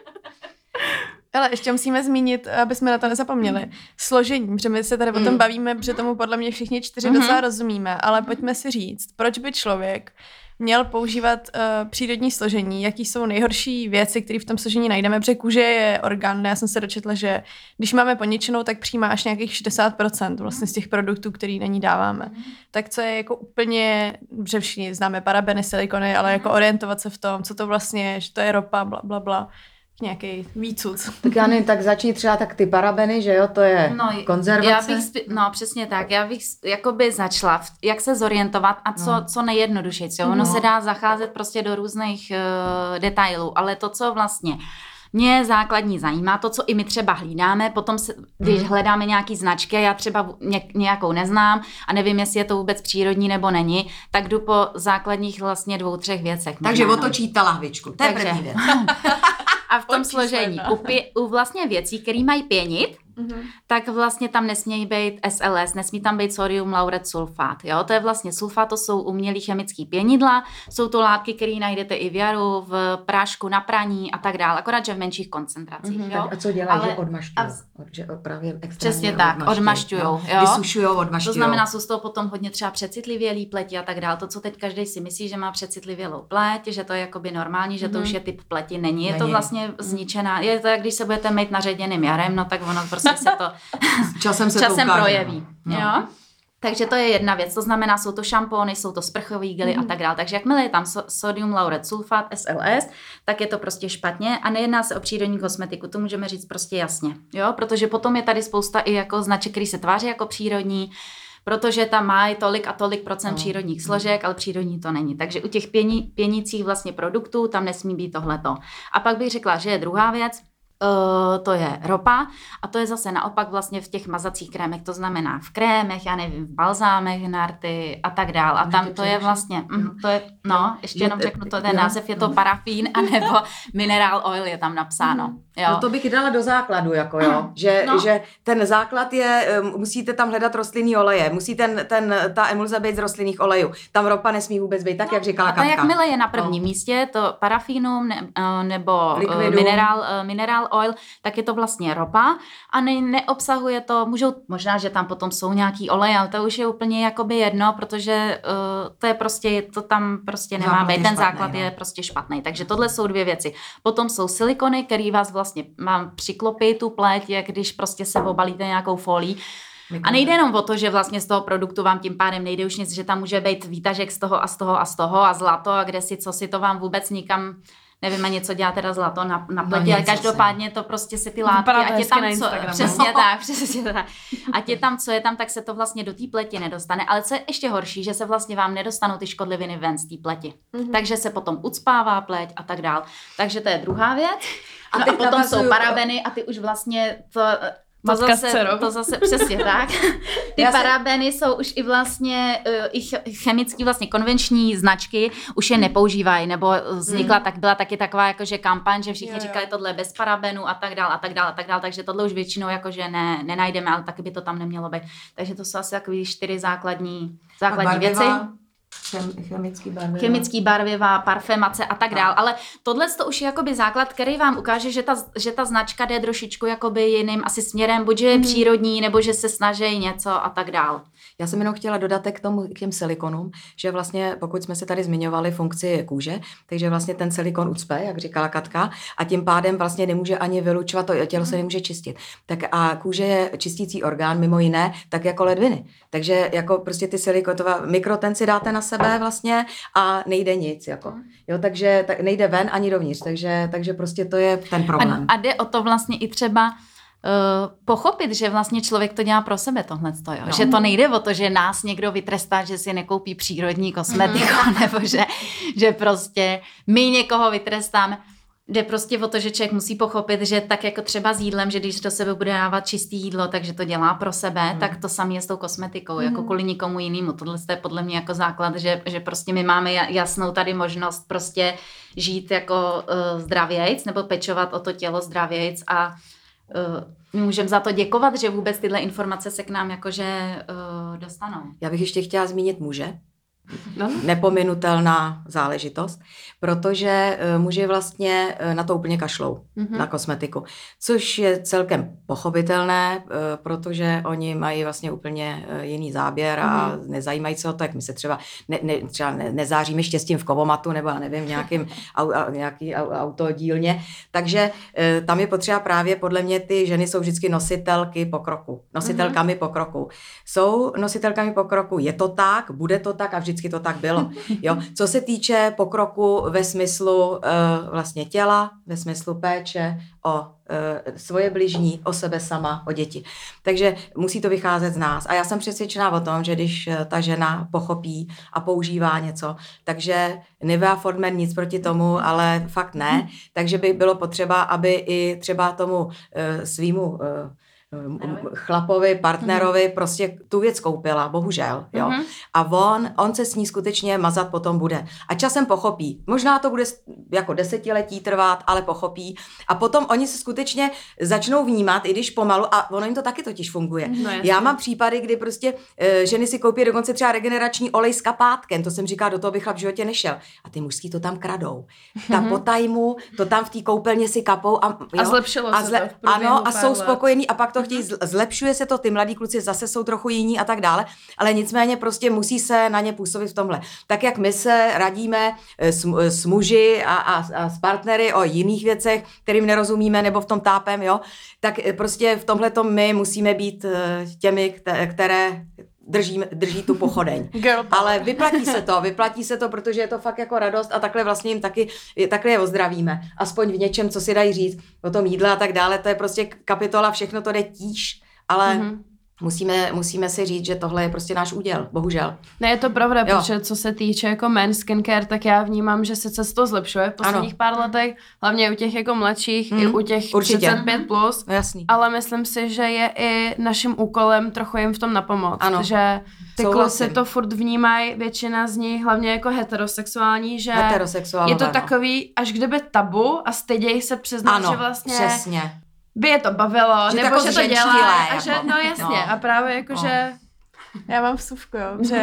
S2: Ale ještě musíme zmínit, aby jsme na to nezapomněli, složení, protože my se tady o tom bavíme, protože tomu podle mě všichni čtyři docela rozumíme, ale pojďme si říct, proč by člověk měl používat uh, přírodní složení, jaký jsou nejhorší věci, které v tom složení najdeme, protože kůže je orgán. Já jsem se dočetla, že když máme poničenou, tak přijímá až nějakých šedesát procent vlastně z těch produktů, který na ní dáváme. Tak co je jako úplně, že všichni známe parabeny, silikony, ale jako orientovat se v tom, co to vlastně je, že to je ropa, bla, bla, bla. Nějaký výcuc.
S4: Tak já nevím, tak začni třeba tak ty parabeny, že jo, to je
S3: No,
S4: konzervace.
S3: Já bych, spi- no přesně tak, já bych jakoby začala, v, jak se zorientovat a co, no. co nejjednodušeji. Ono
S4: No.
S3: se dá zacházet prostě do různých uh, detailů, ale to, co vlastně mě základní zajímá, to, co i my třeba hlídáme, potom, se, když hmm. hledáme nějaký značky, já třeba ně, nějakou neznám a nevím, jestli je to vůbec přírodní nebo není, tak jdu po základních vlastně dvou, třech věcech.
S4: Takže
S3: možná,
S4: otočíte lahvičku, to je
S3: Takže.
S4: první věc.
S3: A v tom
S2: Očí
S3: složení,
S2: sledna.
S3: u, pě, u vlastně věcí, které mají pěnit,
S2: Mm-hmm.
S3: tak vlastně tam nesmějí být S L S, nesmí tam být sodium lauret sulfát. Jo? To je vlastně sulfát, to jsou umělý chemický pěnidla, jsou to látky, které najdete i v jaru, v prášku na praní a tak dále, akorát, že v menších koncentracích.
S4: Mm-hmm.
S3: Jo?
S4: A co dělají,
S3: Ale-
S4: že odmašťují?
S3: a v-
S4: Že právě extrémně
S3: Přesně tak, odmašťujou,
S4: no.
S3: jo.
S4: Vysušujou, odmašťujou.
S3: To znamená, jsou z toho potom hodně třeba přecitlivělý pleti a tak dále. To, co teď každý si myslí, že má přecitlivělou pleť, že to je jakoby normální, že to už je typ pleti, není. Je to
S4: Není.
S3: vlastně zničená. Je to, jak když se budete mít naředěným jarem, no tak ono prostě se to
S4: Časem se
S3: časem
S4: to ukáže,
S3: projeví.
S4: no.
S3: Jo? Takže to je jedna věc, to znamená, jsou to šampóny, jsou to sprchový gely mm. a tak dále. Takže jakmile je tam so- sodium lauret sulfát, S L S, tak je to prostě špatně a nejedná se o přírodní kosmetiku, to můžeme říct prostě jasně. Jo? Protože potom je tady spousta i jako značek, který se tváří jako přírodní, protože tam mají tolik a tolik procent
S4: No.
S3: přírodních složek, ale přírodní to není. Takže u těch pění, pěnících vlastně produktů tam nesmí být tohleto. A pak bych řekla, že je druhá věc, Uh, to je ropa a to je zase naopak vlastně v těch mazacích krémech, to znamená v krémech, já nevím, v balzámech na rty a tak dál. A tam to je vlastně, mm, to je, no, ještě jenom řeknu to, ten název je to parafín anebo mineral oil je tam napsáno. Jo.
S4: No to bych dala do základu, jako jo, že,
S3: No.
S4: že ten základ je, um, musíte tam hledat rostlinný oleje, musí ten, ten, ta emulze být z rostlinných olejů, tam ropa nesmí vůbec být, tak jak říkala
S3: A ta
S4: Katka.
S3: jakmile je na prvním
S4: No.
S3: místě, to parafínum ne, eh, nebo eh,
S4: Likvidum.
S3: mineral, eh, mineral oil, tak je to vlastně ropa a ne, neobsahuje to, můžou, možná, že tam potom jsou nějaký oleje, ale to už je úplně jakoby jedno, protože uh, to je prostě, to tam prostě nemá
S4: Základ
S3: být,
S4: je
S3: ten
S4: špatný,
S3: základ
S4: no.
S3: je prostě špatný. Takže tohle jsou dvě věci. Potom jsou silikony, který vás vlastně mám přiklopí tu pleť, jak když prostě se obalíte nějakou folí. A nejde jenom o to, že vlastně z toho produktu vám tím pádem nejde už nic, že tam může být výtažek z toho a z toho a z toho a zlato a kde si, co si to vám vůbec nikam, nevím ani co dělá teda zlato na, na pleti,
S4: No
S3: ale
S4: nic
S3: každopádně to prostě si ty látky,
S1: Vypadá to
S3: ať je
S1: hezky
S3: tam
S1: na
S3: co,
S1: Instagramu.
S3: přesně tak, přesně tak, ať je tam co je tam, tak se to vlastně do té pleti nedostane, ale co je ještě horší, že se vlastně vám nedostanou ty škodliviny ven z té pleti, mm-hmm. takže se potom ucpává pleť a tak dál, takže to je druhá věc. A
S4: No
S3: ty
S4: a
S3: potom
S4: navazuju-
S3: jsou parabeny a ty už vlastně to To zase, to zase přesně tak. Ty Já parabeny se... jsou už i vlastně uh, i chemický vlastně konvenční značky už je nepoužívají, nebo vznikla hmm. tak byla taky taková jakože kampaň, že všichni jo, jo. říkali tohle bez parabenů a tak dál a tak dál a tak dál, takže tohle už většinou jakože ne, nenajdeme, ale taky by to tam nemělo být. Takže to jsou asi takový čtyři základní základní věci.
S4: Chem, chemický barviva.
S3: Chemický barviva, parfémace a tak dál. Ale tohle to už je jakoby základ, který vám ukáže, že ta, že ta značka jde trošičku jakoby jiným asi směrem, buď že je mm. přírodní, nebo že se snaží něco a tak dál.
S4: Já jsem jenom chtěla dodat k tomu, k těm silikonům, že vlastně, pokud jsme se tady zmiňovali funkci kůže, takže vlastně ten silikon ucpe, jak říkala Katka, a tím pádem vlastně nemůže ani vylučovat, to tělo se nemůže čistit. Tak a kůže je čistící orgán, mimo jiné, tak jako ledviny. Takže jako prostě ty silikotová mikroten si dáte na sebe vlastně a nejde nic, jako. Jo, takže tak nejde ven ani dovnitř, takže, takže prostě to je ten problém.
S3: A, a jde o to vlastně i třeba Uh, pochopit, že vlastně člověk to dělá pro sebe tohleto, jo? No. Že to nejde o to, že nás někdo vytrestá, že si nekoupí přírodní kosmetiku, mm. nebo že, že prostě my někoho vytrestáme. Jde prostě o to, že člověk musí pochopit, že tak jako třeba s jídlem, že když do sebe bude dávat čistý jídlo, takže to dělá pro sebe, mm. tak to samé je s tou kosmetikou, mm. jako kvůli nikomu jinému. Tohle je podle mě jako základ, že, že prostě my máme jasnou tady možnost prostě žít jako uh, zdravějc, nebo pečovat o to tělo zdravějc a Uh, my můžeme za to děkovat, že vůbec tyhle informace se k nám jakože uh, dostanou.
S4: Já bych ještě chtěla zmínit muže. No. Nepominutelná záležitost, protože uh, muži vlastně uh, na to úplně kašlou, mm-hmm. na kosmetiku, což je celkem pochopitelné, uh, protože oni mají vlastně úplně uh, jiný záběr a mm-hmm. nezajímají se o to, jak my se třeba, ne, ne, třeba ne, nezáříme štěstím v kovomatu nebo já nevím, nějakým au, a, nějaký au, autodílně, takže uh, tam je potřeba právě, podle mě ty ženy jsou vždycky nositelky pokroku, nositelkami mm-hmm. pokroku. Jsou nositelkami pokroku, je to tak, bude to tak a vždycky to tak bylo. Jo. Co se týče pokroku ve smyslu uh, vlastně těla, ve smyslu péče o uh, svoje bližní, o sebe sama, o děti. Takže musí to vycházet z nás. A já jsem přesvědčená o tom, že když uh, ta žena pochopí a používá něco, takže Nivea Fortman nic proti tomu, ale fakt ne. Takže by bylo potřeba, aby i třeba tomu uh, svýmu uh, chlapovi, partnerovi mm-hmm. prostě tu věc koupila, bohužel, jo. Mm-hmm. A on, on se s ní skutečně mazat potom bude. A časem pochopí. Možná to bude jako desetiletí trvat, ale pochopí. A potom oni se skutečně začnou vnímat, i když pomalu, a ono jim to taky totiž funguje. No, já mám případy, kdy prostě e, ženy si koupí dokonce třeba regenerační olej s kapátkem, to jsem říká, do toho bych chlap v životě nešel. A ty mužský to tam kradou. Ta mm-hmm. po tajmu, to tam v té koupelně si kapou. A, jo,
S1: a zlepšilo
S4: a
S1: se zle- to v
S4: ano, a jsou
S1: let.
S4: spokojení a pak to chtějí, zlepšuje se to, ty mladí kluci zase jsou trochu jiní a tak dále, ale nicméně prostě musí se na ně působit v tomhle. Tak jak my se radíme s, s muži a, a, a s partnery o jiných věcech, kterým nerozumíme nebo v tom tápem, jo, tak prostě v tomhletom my musíme být těmi, které drží, drží tu pochodeň. Ale vyplatí se to, vyplatí se to, protože je to fakt jako radost a takhle vlastně jim taky, takhle je ozdravíme. Aspoň v něčem, co si dají říct o tom jídle a tak dále, to je prostě kapitola, všechno to jde tíž, ale mm-hmm. musíme, musíme si říct, že tohle je prostě náš úděl, bohužel.
S1: Ne, je to pravda, jo. Protože co se týče jako men skincare, tak já vnímám, že se to zlepšuje v posledních ano. pár letech, hlavně u těch jako mladších, mm, i u těch určitě. třicet pět plus,
S4: no, jasný.
S1: Ale myslím si, že je i naším úkolem trochu jim v tom napomoct, ano. že ty kluci to furt vnímají, většina z nich, hlavně jako heterosexuální, že je to takový až kdyby tabu a stydějí se přiznat, ano, že vlastně
S4: přesně.
S1: by je to bavilo,
S4: že
S1: nebo že to dělá, a
S4: jako.
S1: že, no jasně, no. A právě jako, no. že...
S2: Já mám vsuvku, jo, že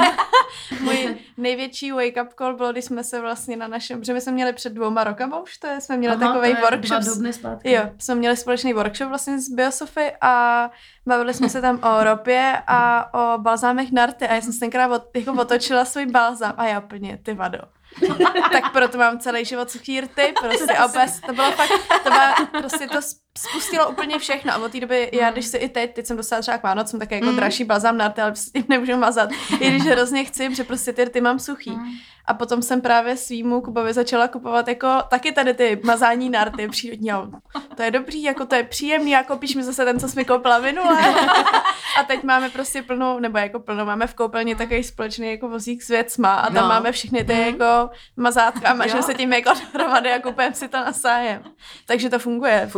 S2: můj největší wake-up call bylo, když jsme se vlastně na našem, že my jsme měli před dvouma rokama už, to je, jsme měli Aha, takovej workshop.
S1: Dva dubny zpátky.
S2: Jo, jsme měli společný workshop vlastně s Biosofy a bavili jsme se tam o ropě a o balzámech Narty a já jsem se tenkrát od, jako otočila svůj balzám a já plně, ty vado. Tak proto mám celý život suchý rty, prostě obez, to bylo fakt, to bylo, prostě to spustilo úplně všechno a od té doby, já když si i teď, teď jsem dostala třeba k Vánocům také jako mm. dražší balzám na rty, ale s tím nemůžu mazat, i když hrozně chci, protože prostě ty rty mám suchý. Mm. A potom jsem právě svýmu Kubovi začala kupovat jako taky tady ty mazání na rty přírodní. To je dobrý, jako to je příjemný, jako píš mi zase ten, co jsi mi koupila minule. A teď máme prostě plnou, nebo jako plnou, máme v koupelně takový společný jako vozík s věcma a tam no. máme všechny ty jako mazátka a mažeme se tím jako dohromady a kupujeme si to na sájem. Takže to funguje.
S4: Funguje,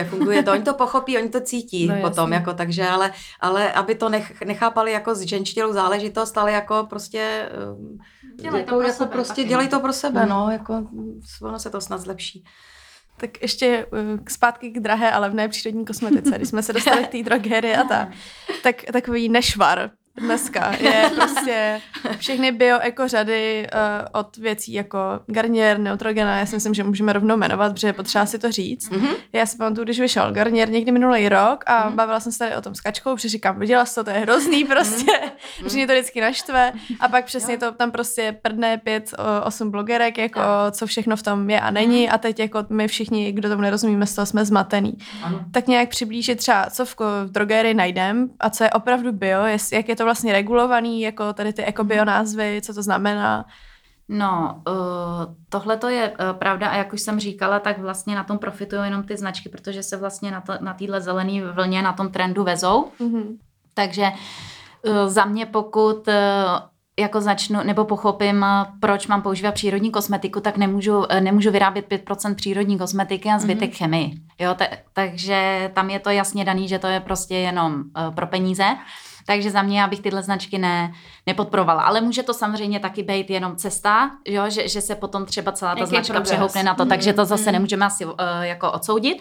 S4: funguje to. Oni to pochopí, oni to cítí no, potom, jako, takže, ale, ale aby to nech, nechápali jako zženštělou záležitost, ale jako prostě
S3: dělej
S4: jako,
S3: to pro
S4: jako
S3: sebe,
S4: prostě
S3: taky.
S4: dělej to pro sebe, no, jako ono se to snad zlepší.
S2: Tak ještě zpátky k drahé a levné přírodní kosmetice, když jsme se dostali k té drogerii a tak, tak takový nešvar dneska je prostě všechny bio-eko řady uh, od věcí jako Garnier, Neutrogena, já si myslím, že můžeme rovnou jmenovat, protože je potřeba si to říct. Mm-hmm. Já si pamatuju, když vyšel Garnier někdy minulý rok a mm-hmm. bavila jsem se tady o tom s Kačkou, protože říkám, viděla jsi to, to je hrozný prostě, mm-hmm. že mě to vždycky naštve a pak přesně to tam prostě prdne pět, osm blogerek, jako co všechno v tom je a není a teď jako my všichni, kdo tomu nerozumíme, z toho jsme zmatený. Ano. Tak nějak přiblížit třeba, co v, v drogerii najdem a co je opravdu bio, jest, jak je to vlastně regulovaný, jako tady ty ekobio názvy, co to znamená?
S3: No, uh, tohle to je uh, pravda a jak už jsem říkala, tak vlastně na tom profitují jenom ty značky, protože se vlastně na, to, na téhle zelené vlně, na tom trendu vezou. Mm-hmm. Takže uh, za mě pokud uh, jako začnu, nebo pochopím, proč mám používat přírodní kosmetiku, tak nemůžu, nemůžu vyrábět pět procent přírodní kosmetiky a zbytek mm-hmm. chemii. Jo, ta, takže tam je to jasně daný, že to je prostě jenom uh, pro peníze. Takže za mě, abych tyhle značky ne, nepodporovala. Ale může to samozřejmě taky být jenom cesta, jo? Že, že se potom třeba celá ta
S1: Jaký
S3: značka
S1: progres.
S3: přehoupne na to, mm, takže to zase mm. nemůžeme asi uh, jako odsoudit.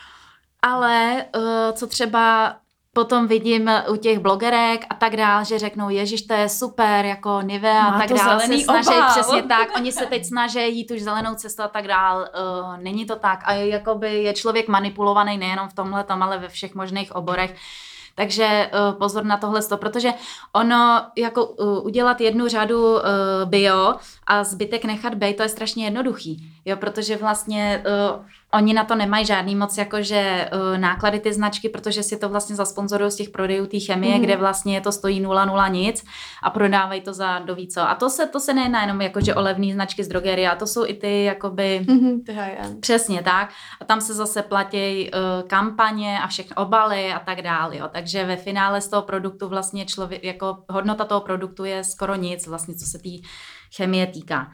S3: Ale uh, co třeba potom vidím u těch blogerek a tak dál, že řeknou, ježiš, to je super, jako Nivea a tak dál. Se snaží přesně tak, oni se teď snaží jít už zelenou cestu a tak dál. Uh, není to tak. A jakoby je člověk manipulovaný nejenom v tomhletom, ale ve všech možných oborech. Takže uh, pozor na tohle, protože ono, jako uh, udělat jednu řadu uh, bio a zbytek nechat bejt, to je strašně jednoduchý, jo, protože vlastně uh, oni na to nemají žádný moc jakože uh, náklady ty značky, protože si to vlastně zasponzorují z těch prodejů té chemie, mm-hmm. kde vlastně to stojí nula nula nic a prodávají to za doví co. A to se, to se nejedná jenom jakože o levný značky z drogerie, a to jsou i ty jakoby...
S2: Mm-hmm, ty high-end.
S3: Přesně tak. A tam se zase platí uh, kampaně a všechny obaly a tak dál, jo. Takže ve finále z toho produktu vlastně člověk, jako hodnota toho produktu je skoro nic, vlastně co se té chemie týká.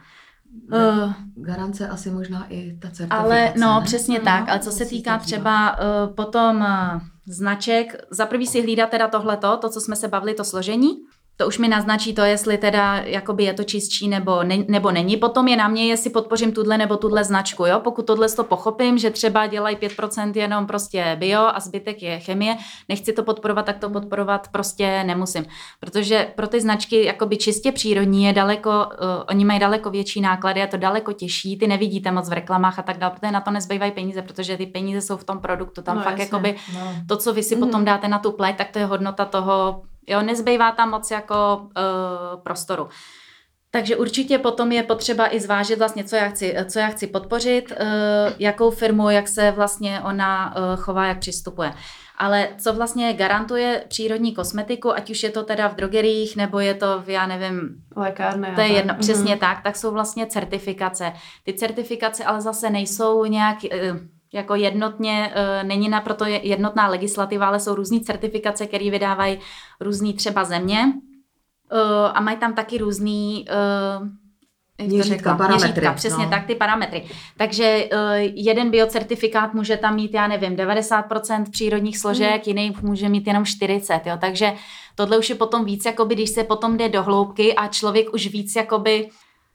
S4: Uh, Garance asi možná i ta certifikace.
S3: Ale no,
S4: ne?
S3: přesně no, tak, no, ale co se týká třeba uh, potom uh, značek, za prvý si hlídat teda tohleto, to, co jsme se bavili, to složení. To už mi naznačí to, jestli teda jakoby je to čistší nebo, ne, nebo není. Potom je na mě, jestli podpořím tuhle nebo tuhle značku. Jo? Pokud tohle to pochopím, že třeba dělají pět procent jenom prostě bio a zbytek je chemie, nechci to podporovat, tak to podporovat prostě nemusím. Protože pro ty značky jakoby čistě přírodní je daleko, uh, oni mají daleko větší náklady a to daleko těžší. Ty nevidíte moc v reklamách a tak dále, protože na to nezbývají peníze, protože ty peníze jsou v tom produktu. Tam
S2: no,
S3: fakt
S2: jasně,
S3: jakoby
S2: no.
S3: to, co vy si mm. potom dáte na tu pleť, tak to je hodnota toho. Jo, nezbývá tam moc jako uh, prostoru. Takže určitě potom je potřeba i zvážit vlastně, co já chci, co já chci podpořit, uh, jakou firmu, jak se vlastně ona uh, chová, jak přistupuje. Ale co vlastně garantuje přírodní kosmetiku, ať už je to teda v drogeriích, nebo je to v, já nevím,
S1: lékárny.
S3: To je jedno, mm-hmm. přesně tak, tak jsou vlastně certifikace. Ty certifikace ale zase nejsou nějak... Uh, jako jednotně, není na proto jednotná legislativa, ale jsou různý certifikace, které vydávají různý třeba země a mají tam taky různý
S4: měřítka, parametry.
S3: Měřítka, přesně
S4: no.
S3: tak, ty parametry. Takže jeden biocertifikát může tam mít, já nevím, devadesát procent přírodních složek, mm. jiný může mít jenom čtyřicet, jo, takže tohle už je potom víc, jakoby, když se potom jde do hloubky a člověk už víc, jakoby,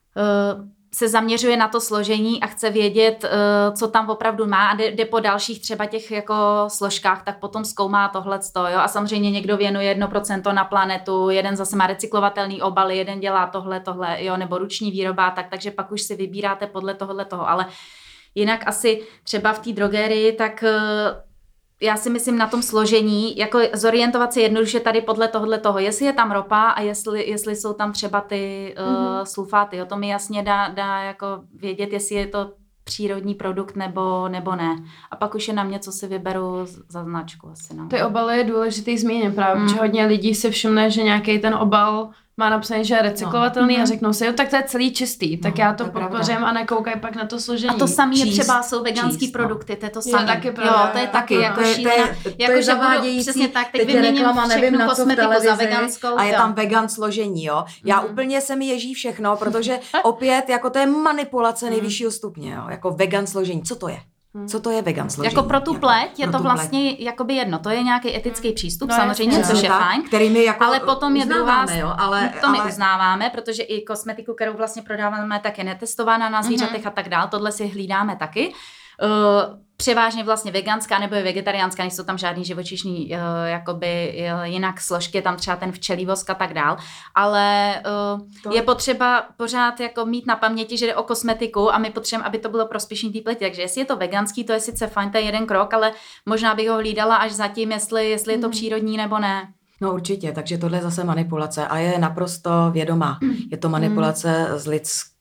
S3: se zaměřuje na to složení a chce vědět, co tam opravdu má a jde, jde po dalších třeba těch jako složkách, tak potom zkoumá tohleto, jo. A samozřejmě někdo věnuje jedno procento na planetu, jeden zase má recyklovatelný obaly, jeden dělá tohle, tohle, jo, nebo ruční výroba, tak, takže pak už si vybíráte podle tohle toho, ale jinak asi třeba v té drogerii, tak já si myslím na tom složení, jako zorientovat se jednoduše tady podle tohle toho, jestli je tam ropa a jestli, jestli jsou tam třeba ty uh, mm-hmm. sulfáty. Jo, to mi jasně dá, dá jako vědět, jestli je to přírodní produkt nebo, nebo ne. A pak už je na mě, co si vyberu za značku. Asi, no.
S1: Ty obaly je důležitý zmínit právě, mm. protože hodně lidí si všimne, že nějaký ten obal má napsaný, že je recyklovatelný no. a řeknou si, jo, tak to je celý čistý, tak no, já to, to podpořím a nekoukají pak na to složení.
S3: A to samé je třeba, jsou veganský
S4: číst,
S3: produkty, to je to
S1: jo,
S3: samé.
S1: Taky
S3: jo, to je taky jako šílená.
S4: To je zavádějící,
S3: přesně tak, teď vyměním všechnu kosmetiku za veganskou.
S4: A je tam vegan složení, jo. Já mm. úplně se mi ježí všechno, protože opět, jako to je manipulace nejvyššího stupně, jo, jako vegan složení. Co to je? Co to je vegan složení?
S3: Jako pro tu pleť
S4: jako,
S3: je
S4: pro
S3: to
S4: tu
S3: vlastně pleť. Jakoby jedno. To je nějaký etický přístup,
S2: no,
S3: samozřejmě,
S2: jasně,
S3: což je
S4: tak,
S3: fajn.
S4: Který my jako
S3: ale potom je druhá,
S4: jo, ale,
S3: to my
S4: ale...
S3: uznáváme, protože i kosmetiku, kterou vlastně prodáváme, tak je netestovaná na zvířatech mm-hmm. a tak dál. Tohle si hlídáme taky. Uh, převážně vlastně veganská nebo je vegetariánská, nejsou tam žádný živočišný uh, jakoby uh, jinak složky, je tam třeba ten včelí vosk a tak dál, ale uh, je potřeba pořád jako mít na paměti, že jde o kosmetiku a my potřebujeme, aby to bylo prospěšný té pleti, takže jestli je to veganský, to je sice fajn, to je jeden krok, ale možná bych ho hlídala až zatím, jestli, jestli je to přírodní nebo ne.
S4: No určitě, takže tohle je zase manipulace a je naprosto vědomá. Je to manipulace s lidskou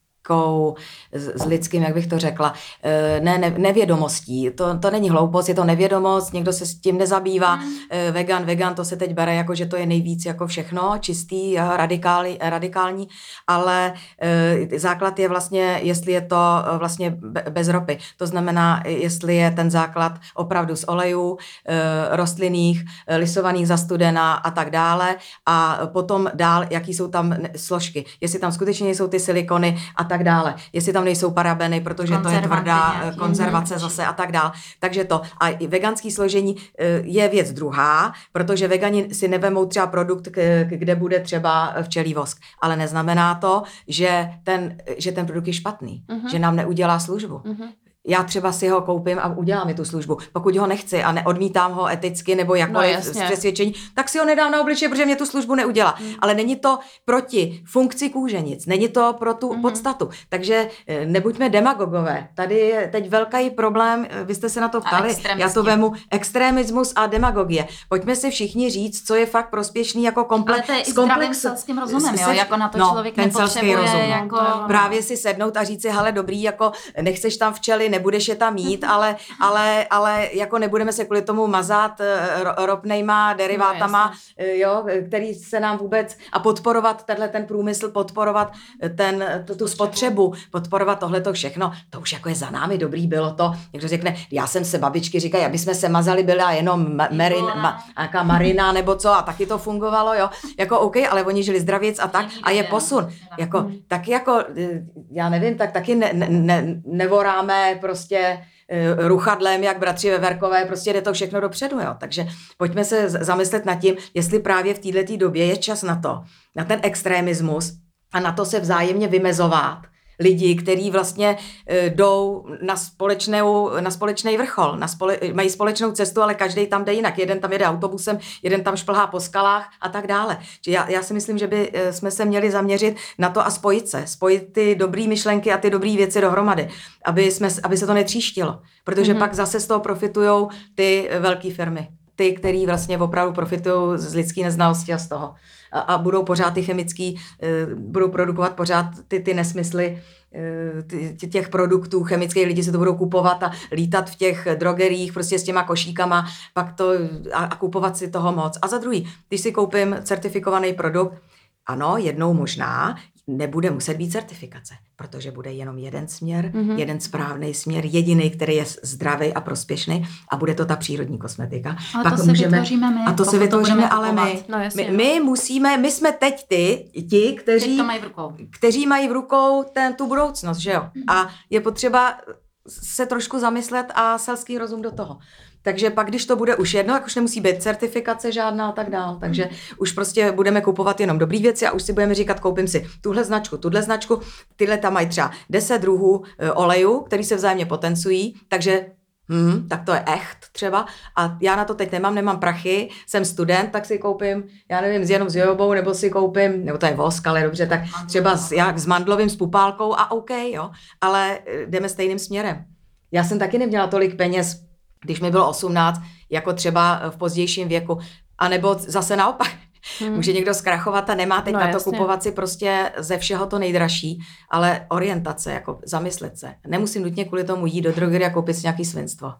S4: s lidským, jak bych to řekla, ne, ne, nevědomostí. To, to není hloupost, je to nevědomost, někdo se s tím nezabývá. Mm. Vegan, vegan, to se teď bere jako, že to je nejvíc jako všechno, čistý, radikální, radikální, ale základ je vlastně, jestli je to vlastně bez ropy. To znamená, jestli je ten základ opravdu z olejů, rostlinných, lisovaných za studena a tak dále a potom dál, jaký jsou tam složky. Jestli tam skutečně jsou ty silikony a tak dále. Jestli tam nejsou parabeny, protože to je tvrdá nějaký, konzervace zase a tak dále. Takže to. A veganský složení je věc druhá, protože vegani si nevemou třeba produkt, kde bude třeba včelí vosk. Ale neznamená to, že ten, že ten produkt je špatný. Uh-huh. Že nám neudělá službu. Uh-huh. Já třeba si ho koupím a udělám mi tu službu. Pokud ho nechci a neodmítám ho eticky nebo jakkoliv no, z přesvědčení, tak si ho nedám na obličej, protože mě tu službu neudělá. Mm. Ale není to proti funkci kůženic, není to pro tu mm. podstatu. Takže nebuďme demagogové. Tady je teď velký problém, vy jste se na to ptali, já to vemu extremismus a demagogie. Pojďme si všichni říct, co je fakt prospěšný jako komplex.
S3: Ale to je i zdravým selským rozumem, jo? Jako na to
S4: no,
S3: člověk nepotřebuje.
S4: Rozum,
S3: jako...
S4: Právě si sednout a říct si, hele dobrý, jako nechceš tam včely, nebudeš je tam mít, ale, ale, ale jako nebudeme se kvůli tomu mazat ropnejma derivátama, no, jo, který se nám vůbec a podporovat tenhle ten průmysl, podporovat ten, tu, tu spotřebu, podporovat tohleto všechno, to už jako je za námi dobrý, bylo to, někdo řekne, já jsem se, babičky říkají, aby jsme se mazali, byla jenom marin, ma, nějaká marina nebo co a taky to fungovalo, jo, jako OK, ale oni žili zdravěc a tak a je posun, jako, taky jako, já nevím, tak taky ne, ne, nevoráme prostě ruchadlem, jak bratři Veverkové, prostě jde to všechno dopředu, jo. Takže pojďme se zamyslet nad tím, jestli právě v této době je čas na to, na ten extremismus a na to se vzájemně vymezovat lidi, kteří vlastně jdou na, společnou, na společný vrchol, na spole, mají společnou cestu, ale každý tam jde jinak. Jeden tam jede autobusem, jeden tam šplhá po skalách a tak dále. Já, já si myslím, že by jsme se měli zaměřit na to a spojit se. Spojit ty dobrý myšlenky a ty dobrý věci dohromady, aby, jsme, aby se to netříštilo. Protože mm-hmm. pak zase z toho profitujou ty velké firmy. Ty, který vlastně opravdu profitují z lidské neznalosti a z toho. A, a budou pořád ty chemický, uh, budou produkovat pořád ty, ty nesmysly uh, ty, těch produktů chemických, lidi se to budou kupovat a lítat v těch drogerích prostě s těma košíkama pak to, a, a kupovat si toho moc. A za druhý, když si koupím certifikovaný produkt, ano, jednou možná nebude muset být certifikace, protože bude jenom jeden směr, mm-hmm. jeden správný směr, jediný, který je zdravý a prospěšný a bude to ta přírodní kosmetika.
S3: Ale
S4: pak
S3: to si vytvoříme my.
S4: A to si vytvoříme ale my.
S1: No, jasně,
S4: my. My musíme, my jsme teď ty, ti, kteří,
S3: to mají v rukou.
S4: kteří mají v rukou ten, tu budoucnost, že jo? Mm-hmm. A je potřeba se trošku zamyslet a selský rozum do toho. Takže pak, když to bude už jedno, tak už nemusí být certifikace žádná a tak dál. Takže už prostě budeme kupovat jenom dobrý věci a už si budeme říkat, koupím si tuhle značku, tuhle značku, tyhle tam mají třeba deset druhů olejů, který se vzájemně potencují, takže Hmm, tak to je echt třeba a já na to teď nemám, nemám prachy, jsem student, tak si koupím, já nevím, s jenom s jojobou, nebo si koupím, nebo to je vosk, ale dobře, tak třeba s, jak s mandlovým, s pupálkou a OK, jo, ale jdeme stejným směrem. Já jsem taky neměla tolik peněz, když mi bylo osmnáct, jako třeba v pozdějším věku, anebo zase naopak. Hmm. Může někdo zkrachovat a nemá teď no, na to jasně. kupovat si prostě ze všeho to nejdražší, ale orientace, jako zamyslet se. Nemusím nutně kvůli tomu jít do drogerie a koupit si nějaký svinstvo.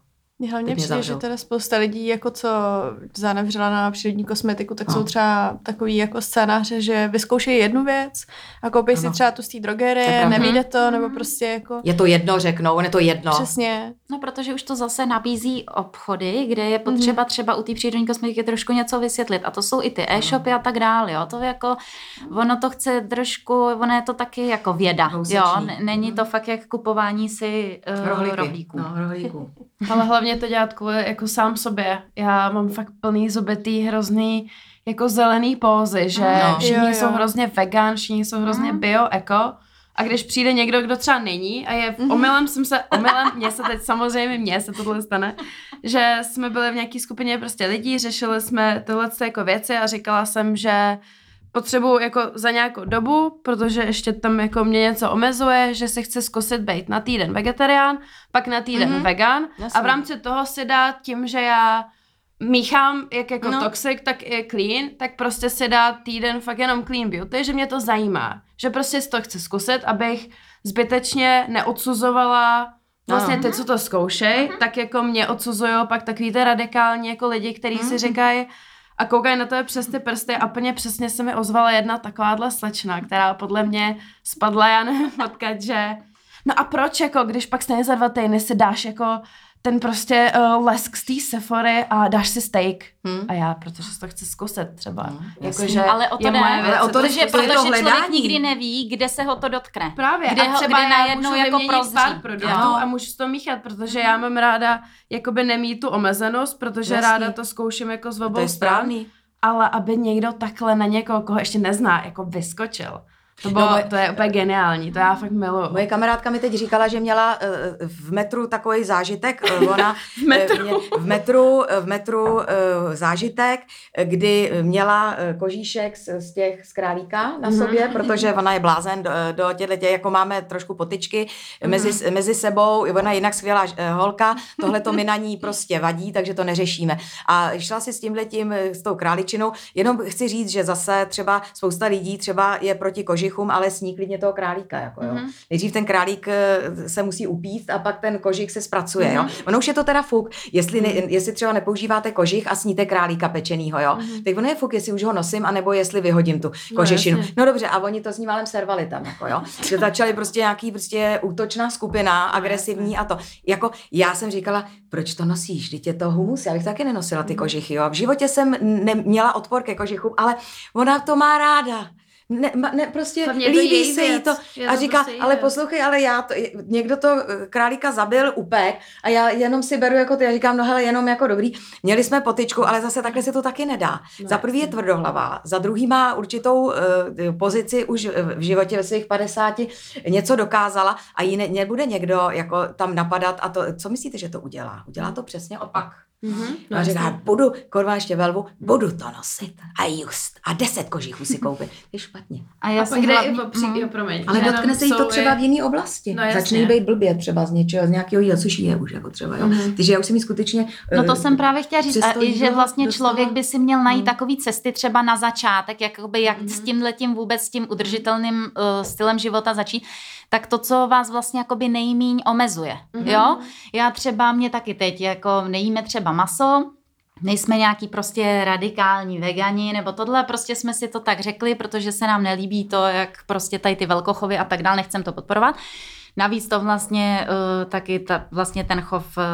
S2: Mně hlavně přijde, že teda spousta lidí, jako co zanevřela na přírodní kosmetiku, tak no. jsou třeba takový jako scénáře, že vyzkoušejí jednu věc a koupí si třeba tu z té drogerie, nevíde to, nebo prostě jako...
S4: Je to jedno, řeknou, je to jedno.
S2: Přesně.
S3: No, protože už to zase nabízí obchody, kde je potřeba třeba u té přírodní kosmetiky trošku něco vysvětlit. A to jsou i ty e-shopy a tak dále, jo. To jako, ono to chce trošku, ono je to taky jako věda, Houseční. Jo. Není to fakt jak kupování si uh, rohlíků.
S4: No, rohlíků.
S1: Ale hlavně to dělat kvůli jako sám sobě. Já mám fakt plný zuby hrozný jako zelený pózy, že no. všichni jo, jo. jsou hrozně vegan, všichni jsou hrozně mm. bio, eko. A když přijde někdo, kdo třeba není a je omylem jsem se, omylem, mně se teď samozřejmě, mně se tohle stane, že jsme byli v nějaký skupině prostě lidí, řešili jsme tyhle jako věci a říkala jsem, že potřebuji jako za nějakou dobu, protože ještě tam jako mě něco omezuje, že si chci zkusit být na týden vegetarián, pak na týden mm-hmm. vegan Jasně. a v rámci toho si dát tím, že já míchám jak jako no. toxic, tak i clean, tak prostě si dát týden fakt jenom clean beauty, že mě to zajímá. Že prostě si to chci zkusit, abych zbytečně neodsuzovala vlastně ty, co to zkoušej, mm-hmm. tak jako mě odsuzujou pak takový ty radikální jako lidi, kteří mm-hmm. si říkají a koukají na tebe přes ty prsty a plně přesně se mi ozvala jedna takováhle slečna, která podle mě spadla, já nevím odkud, že no a proč jako, když pak stejně za dva týdny si dáš jako ten prostě uh, lesk z té Sephory a dáš si steak. Hmm. A já, protože si to chci zkusit třeba. Hmm,
S3: jako, že ale o to ne, ale o to protože, to protože to člověk nikdy neví, kde se ho to dotkne.
S1: Právě.
S3: Kde,
S1: a
S3: ho,
S1: třeba
S3: kde najednou jako prozří.
S1: Pár produktů a můžu to míchat, protože já mám ráda jakoby nemít tu omezenost, protože Jasný. ráda to zkouším jako z obou stran. Ale aby někdo takhle na někoho, koho ještě nezná, jako vyskočil. To, bylo, no, to je úplně geniální, to já fakt miluju.
S4: Moje kamarádka mi teď říkala, že měla uh, v metru takový zážitek, uh, ona
S1: v metru,
S4: mě, v metru, v metru uh, zážitek, kdy měla uh, kožíšek z, z těch z králíka na sobě, mm. protože ona je blázen do, do těchto těch, jako máme trošku potyčky mm. mezi, mezi sebou, ona je jinak skvělá uh, holka, tohle to mi na ní prostě vadí, takže to neřešíme. A šla si s tímhletím, s tou králičinou, jenom chci říct, že zase třeba spousta lidí třeba je proti koži, ale sní klidně toho králíka. Jako, jo. Mm-hmm. Nejdřív ten králík se musí upít a pak ten kožich se zpracuje. Mm-hmm. Jo. Ono už je to teda fuk. Jestli, ne, jestli třeba nepoužíváte kožich a sníte králíka pečenýho, jo. Mm-hmm. Tak ono je fuk, jestli už ho nosím, anebo jestli vyhodím tu kožešinu. No, no dobře, a oni to s ním málem servali tam. Jako, jo. Že začali prostě nějaký prostě útočná skupina, agresivní a to. Jako já jsem říkala, proč to nosíš? Vždyť je to humus. Já bych taky nenosila ty kožichy. Jo. V životě jsem neměla odpor ke kožichům, ale ona to má ráda. Ne, ne, prostě líbí se jí to a říká, prostě ale poslouchej, ale já to, někdo to králíka zabil, upek a já jenom si beru jako ty, já říkám, no hele, jenom jako dobrý, měli jsme potyčku, ale zase takhle se to taky nedá. No, za prvý je tvrdohlavá, za druhý má určitou uh, pozici už v životě ve svých padesáti něco dokázala a ji ne, nebude někdo jako tam napadat a to, co myslíte, že to udělá? Udělá to přesně opak. Mm-hmm, no a říká, budu, korvá ještě velvu, budu to nosit a just. A deset kožichů si koupit. Je špatně.
S1: A já si hlavně... i popří, jo, promiň.
S4: Ale dotkne se jí to třeba v jiný oblasti. No, začne jí být blbě třeba z něčeho, z nějakého jídla, což je už jako třeba, jo. Mm-hmm. Takže já už si mi skutečně...
S3: No to uh, jsem právě chtěla říct, a i že vlastně člověk by si měl najít mm. takový cesty třeba na začátek, jakoby jak mm-hmm. s tímhletím vůbec, s tím udržitelným uh, stylem života začít, tak to, co vás vlastně jakoby nejmíň omezuje, mm-hmm. jo. Já třeba, mě taky teď, jako nejíme třeba maso, nejsme nějaký prostě radikální vegani, nebo tohle, prostě jsme si to tak řekli, protože se nám nelíbí to, jak prostě tady ty velkochovy a tak dál, nechcem to podporovat. Navíc to vlastně uh, taky ta, vlastně ten chov uh,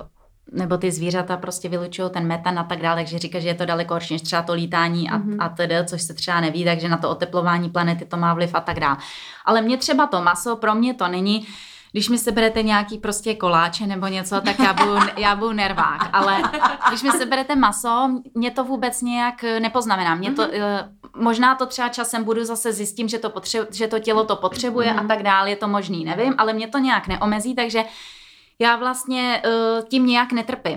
S3: nebo ty zvířata prostě vylučují ten metan a tak dále, takže říká, že je to daleko horší než třeba to lítání a, mm-hmm. a tedy, což se třeba neví, takže na to oteplování planety to má vliv a tak dále. Ale mě třeba to maso, pro mě to není, když mi seberete nějaký prostě koláče nebo něco, tak já budu, já budu nervák, ale když mi seberete maso, mě to vůbec nějak nepoznamená. Mě to, mm-hmm. možná to třeba časem budu zase zjistím, že to, potře- že to tělo to potřebuje mm-hmm. a tak dále, je to možný, nevím, ale mě to nějak neomezí, takže já vlastně uh, tím nějak netrpím.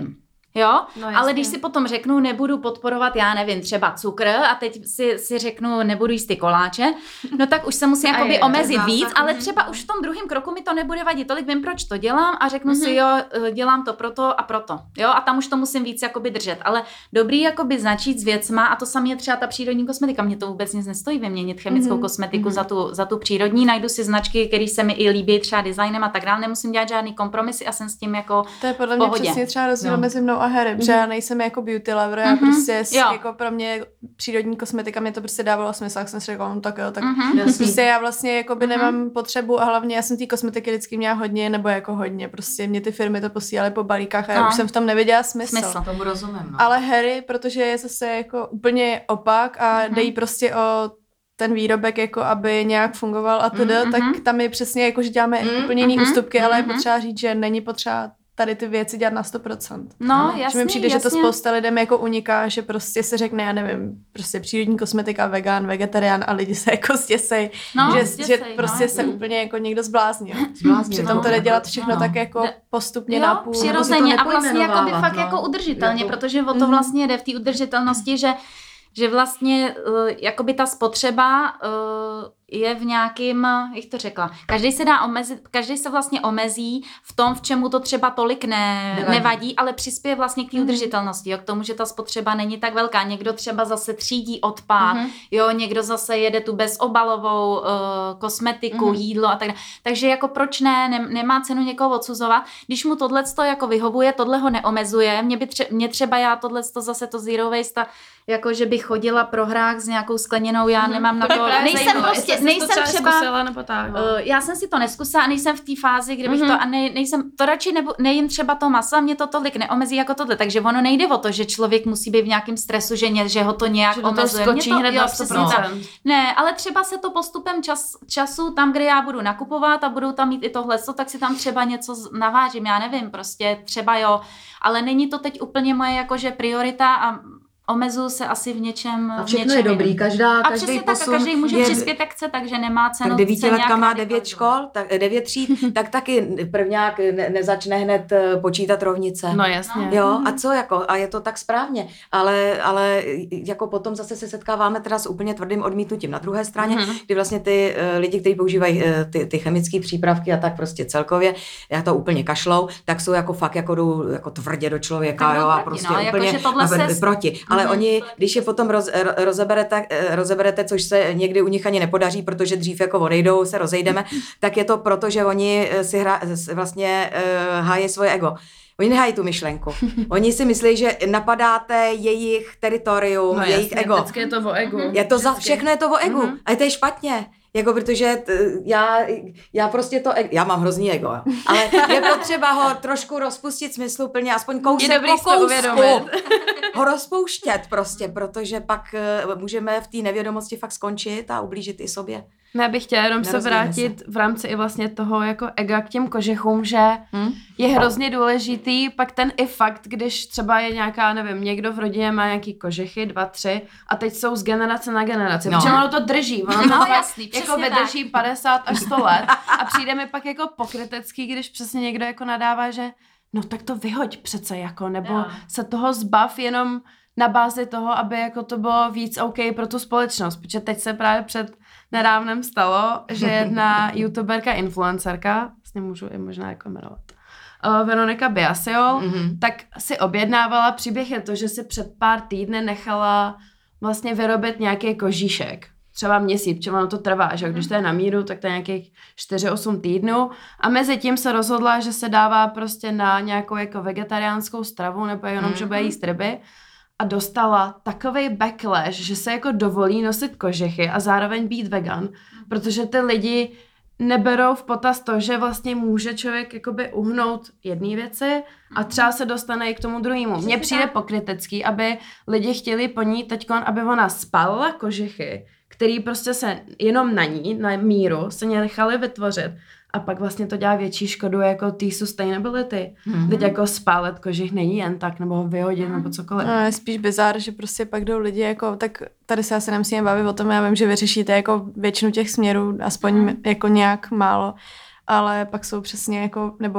S3: Jo,
S1: No,
S3: ale když si potom řeknu, nebudu podporovat, já nevím, třeba cukr a teď si, si řeknu, nebudu jíst ty koláče, no tak už se musím jakoby
S1: je,
S3: omezit
S4: to
S3: víc,
S4: zásad,
S3: ale
S4: mhm.
S3: třeba už v tom druhém kroku mi to nebude vadit, tolik vím, proč to dělám a řeknu
S1: Mhm.
S3: si, jo, dělám to proto a proto, jo, a tam už to musím víc jakoby držet, ale dobrý jakoby začít s věcma a to samé je třeba ta přírodní kosmetika, mě to vůbec nic nestojí vyměnit chemickou
S2: Mhm.
S3: kosmetiku za tu, za tu přírodní, najdu si značky, které se mi i líbí třeba designem a tak dále, nemusím dělat žádný kompromisy a jsem s tím jako
S2: To je podle mě
S3: pohodě.
S2: přesně třeba rozdíl
S4: No.
S2: mezi mnou a Harry, protože já nejsem jako beauty lover, já
S3: Mhm.
S2: prostě s-
S3: Jo.
S2: jako pro mě přírodní kosmetika mě to prostě dávalo smysl, jak jsem si řekla, no tak jo, tak
S3: Mhm.
S2: prostě já vlastně jako by
S3: Mhm.
S2: nemám potřebu a hlavně já jsem té kosmetiky vždycky měla hodně nebo jako hodně, prostě mě ty firmy to posílaly po balíkách a já
S3: No.
S2: už jsem v tom neviděla smysl.
S3: Smysl.
S4: Tomu rozumím, no.
S2: Ale Harry, protože je zase jako úplně opak a
S3: Mhm.
S2: jde jí prostě o ten výrobek, jako aby nějak fungoval a tedy,
S3: Mhm.
S2: tak tam je přesně jako, že děláme
S4: Mhm,
S2: úplně jiný
S3: mhm,
S2: ústupky, ale je
S3: mhm.
S2: potřeba říct, že není potřeba tady ty věci dělat na sto procent.
S3: No,
S2: Že
S3: jasně,
S2: mi přijde,
S3: jasně.
S2: že to spousta lidem jako uniká, že prostě se řekne, já nevím, prostě přírodní kosmetika, vegan, vegetarián a lidi se jako stěsej,
S3: No,
S2: že,
S3: stěsej,
S2: že
S3: no,
S2: prostě se
S3: jasně.
S2: úplně jako někdo zbláznil.
S4: Zbláznil,
S2: Přitom
S4: no.
S2: to jde dělat všechno
S4: No.
S2: tak jako
S3: De-
S2: postupně na
S3: Jo,
S2: půl.
S3: přirozeně
S4: to
S3: a vlastně jako by
S4: nepojmenovávat,
S3: fakt
S4: no.
S3: jako udržitelně,
S4: Jako-
S3: protože o to
S2: Mhm.
S3: vlastně jde v té udržitelnosti, že že vlastně uh, jakoby ta spotřeba uh, je v nějakým, jak to řekla, každý se dá omezit, každý se vlastně omezí v tom, v čemu to třeba tolik ne,
S4: Nevadí.
S3: nevadí, ale přispěje vlastně k té udržitelnosti, jo, k tomu, že ta spotřeba není tak velká. Někdo třeba zase třídí odpad,
S1: Mhm.
S3: jo, někdo zase jede tu bezobalovou uh, kosmetiku,
S1: Mhm.
S3: jídlo a tak dále. Takže jako proč ne, ne, nemá cenu někoho odsuzovat, když mu tohleto jako vyhovuje, tohle ho neomezuje, mě, by tře- mě třeba já tohleto zase to zero waste, jako že bych chodila pro hrách s nějakou skleněnou, já nemám na to, nejsem prostě, nejsem třeba,
S1: Zkusila, nebo tak.
S3: uh, já jsem si to neskusila a nejsem v té fázi, kde bych
S1: Mhm.
S3: to, a ne, nejsem, to radši nebu, nejím třeba to maso a mě to tolik neomezí jako tohle, takže ono nejde o to, že člověk musí být v nějakém stresu, že, ně, že ho to nějak
S1: Že do toho
S3: omezuje. Mě
S1: skočí
S3: to,
S1: hned
S3: jo,
S1: na
S3: přesně
S1: sto procent.
S3: tak. Ne, ale třeba se to postupem čas, času, tam, kde já budu nakupovat a budou tam mít i tohle, tak si tam třeba něco z- navážím, já nevím, prostě třeba jo, ale není to teď úplně moje jakože priorita a omezuju se asi v něčem.
S4: A
S3: v
S4: všechno
S3: něčem
S4: je dobrý,
S3: jiném.
S4: každá,
S3: A
S4: každý
S3: přesně tak, a
S4: posun
S3: každý může
S4: je...
S3: přispět, jak chce, takže nemá cenu.
S4: Tak
S3: se
S4: devítiletka
S3: nějak
S4: má devět
S3: radikalizovat.
S4: škol, tak devět tříd, tak taky prvňák ne, nezačne hned eh, počítat rovnice.
S1: No jasně.
S4: Jo, a co jako, a je to tak správně, ale, ale jako potom zase se setkáváme teda s úplně tvrdým odmítnutím na druhé straně,
S1: Mhm.
S4: kdy vlastně ty uh, lidi, kteří používají uh, ty, ty chemické přípravky a tak prostě celkově, já to úplně kašlou, tak jsou jako fakt jako jdou jako tvrdě do člověka,
S3: Tak jdou
S4: jo, a
S3: proti,
S4: prostě
S3: no, jako,
S4: úplně
S3: že tohle
S4: a
S3: se-
S4: proti, ale
S3: Mhm.
S4: oni, když je potom roz, ro- rozeberete, eh, rozeberete, což se někdy u nich ani nepodaří, protože dřív jako odejdou, se rozejdeme, tak je to proto, že oni eh, si hra, s- vlastně uh, hájí svoje ego. Oni nehají tu myšlenku. Oni si myslí, že napadáte jejich teritorium,
S1: No
S4: jejich
S1: jasně,
S4: ego.
S1: vždycky je to o egu.
S4: Je to za,
S1: Vždycky.
S4: všechno je to o egu.
S1: Mhm.
S4: A to je špatně. Jako protože t, já, já prostě to, já mám hrozný ego, jo. Ale je potřeba ho trošku rozpustit smysluplně, aspoň kousek
S1: Je dobrý
S4: po
S1: si to
S4: kousku.
S1: uvědomit.
S4: Ho rozpouštět prostě, protože pak uh, můžeme v té nevědomosti fakt skončit a ublížit i sobě.
S1: No, já bych chtěla jenom se
S4: Nerozvíjeme
S1: vrátit v rámci i vlastně toho jako ega k těm kožechům, že
S4: Hm?
S1: je hrozně důležitý pak ten i fakt, když třeba je nějaká, nevím, někdo v rodině má nějaký kožechy, dva, tři a teď jsou z generace na generaci,
S4: No.
S1: protože ono to drží, ono to
S3: No,
S1: fakt
S3: jasný,
S1: jako
S3: přesně
S1: vydrží padesát až sto let a přijde mi pak jako pokrytecký, když přesně někdo jako nadává, že no tak to vyhoď přece jako, nebo
S3: Jo.
S1: se toho zbav jenom na bázi toho, aby jako to bylo víc OK pro tu společnost, protože teď se právě před nedávnem stalo, že jedna youtuberka, influencerka, vlastně můžu i možná jako jmenovat, uh, Veronika Biasiol,
S4: Mhm.
S1: tak si objednávala, příběh je to, že si před pár týdny nechala vlastně vyrobit nějaký kožíšek. Třeba měsíc, protože ono to trvá, že když to je na míru, tak to je nějakých čtyři osm týdnů a mezi tím se rozhodla, že se dává prostě na nějakou jako vegetariánskou stravu nebo jenom, že bude jíst ryby a dostala takovej backlash, že se jako dovolí nosit kožichy a zároveň být vegan, protože ty lidi neberou v potaz to, že vlastně může člověk jakoby uhnout jedné věci a třeba se dostane i k tomu druhému. Mně přijde pokrytecký, aby lidi chtěli po ní teďkon, aby ona spálila kožichy, který prostě se jenom na ní, na míru, se nechali vytvořit a pak vlastně to dělá větší škodu jako té sustainability.
S4: Mhm.
S1: Teď jako spálet kožich není jen tak, nebo ho vyhodit, nebo cokoliv.
S2: No, je spíš bizár, že prostě pak jdou lidi jako, tak tady se asi nemusíme bavit o tom, já vím, že vyřešíte jako většinu těch směrů, aspoň jako nějak málo, ale pak jsou přesně jako, nebo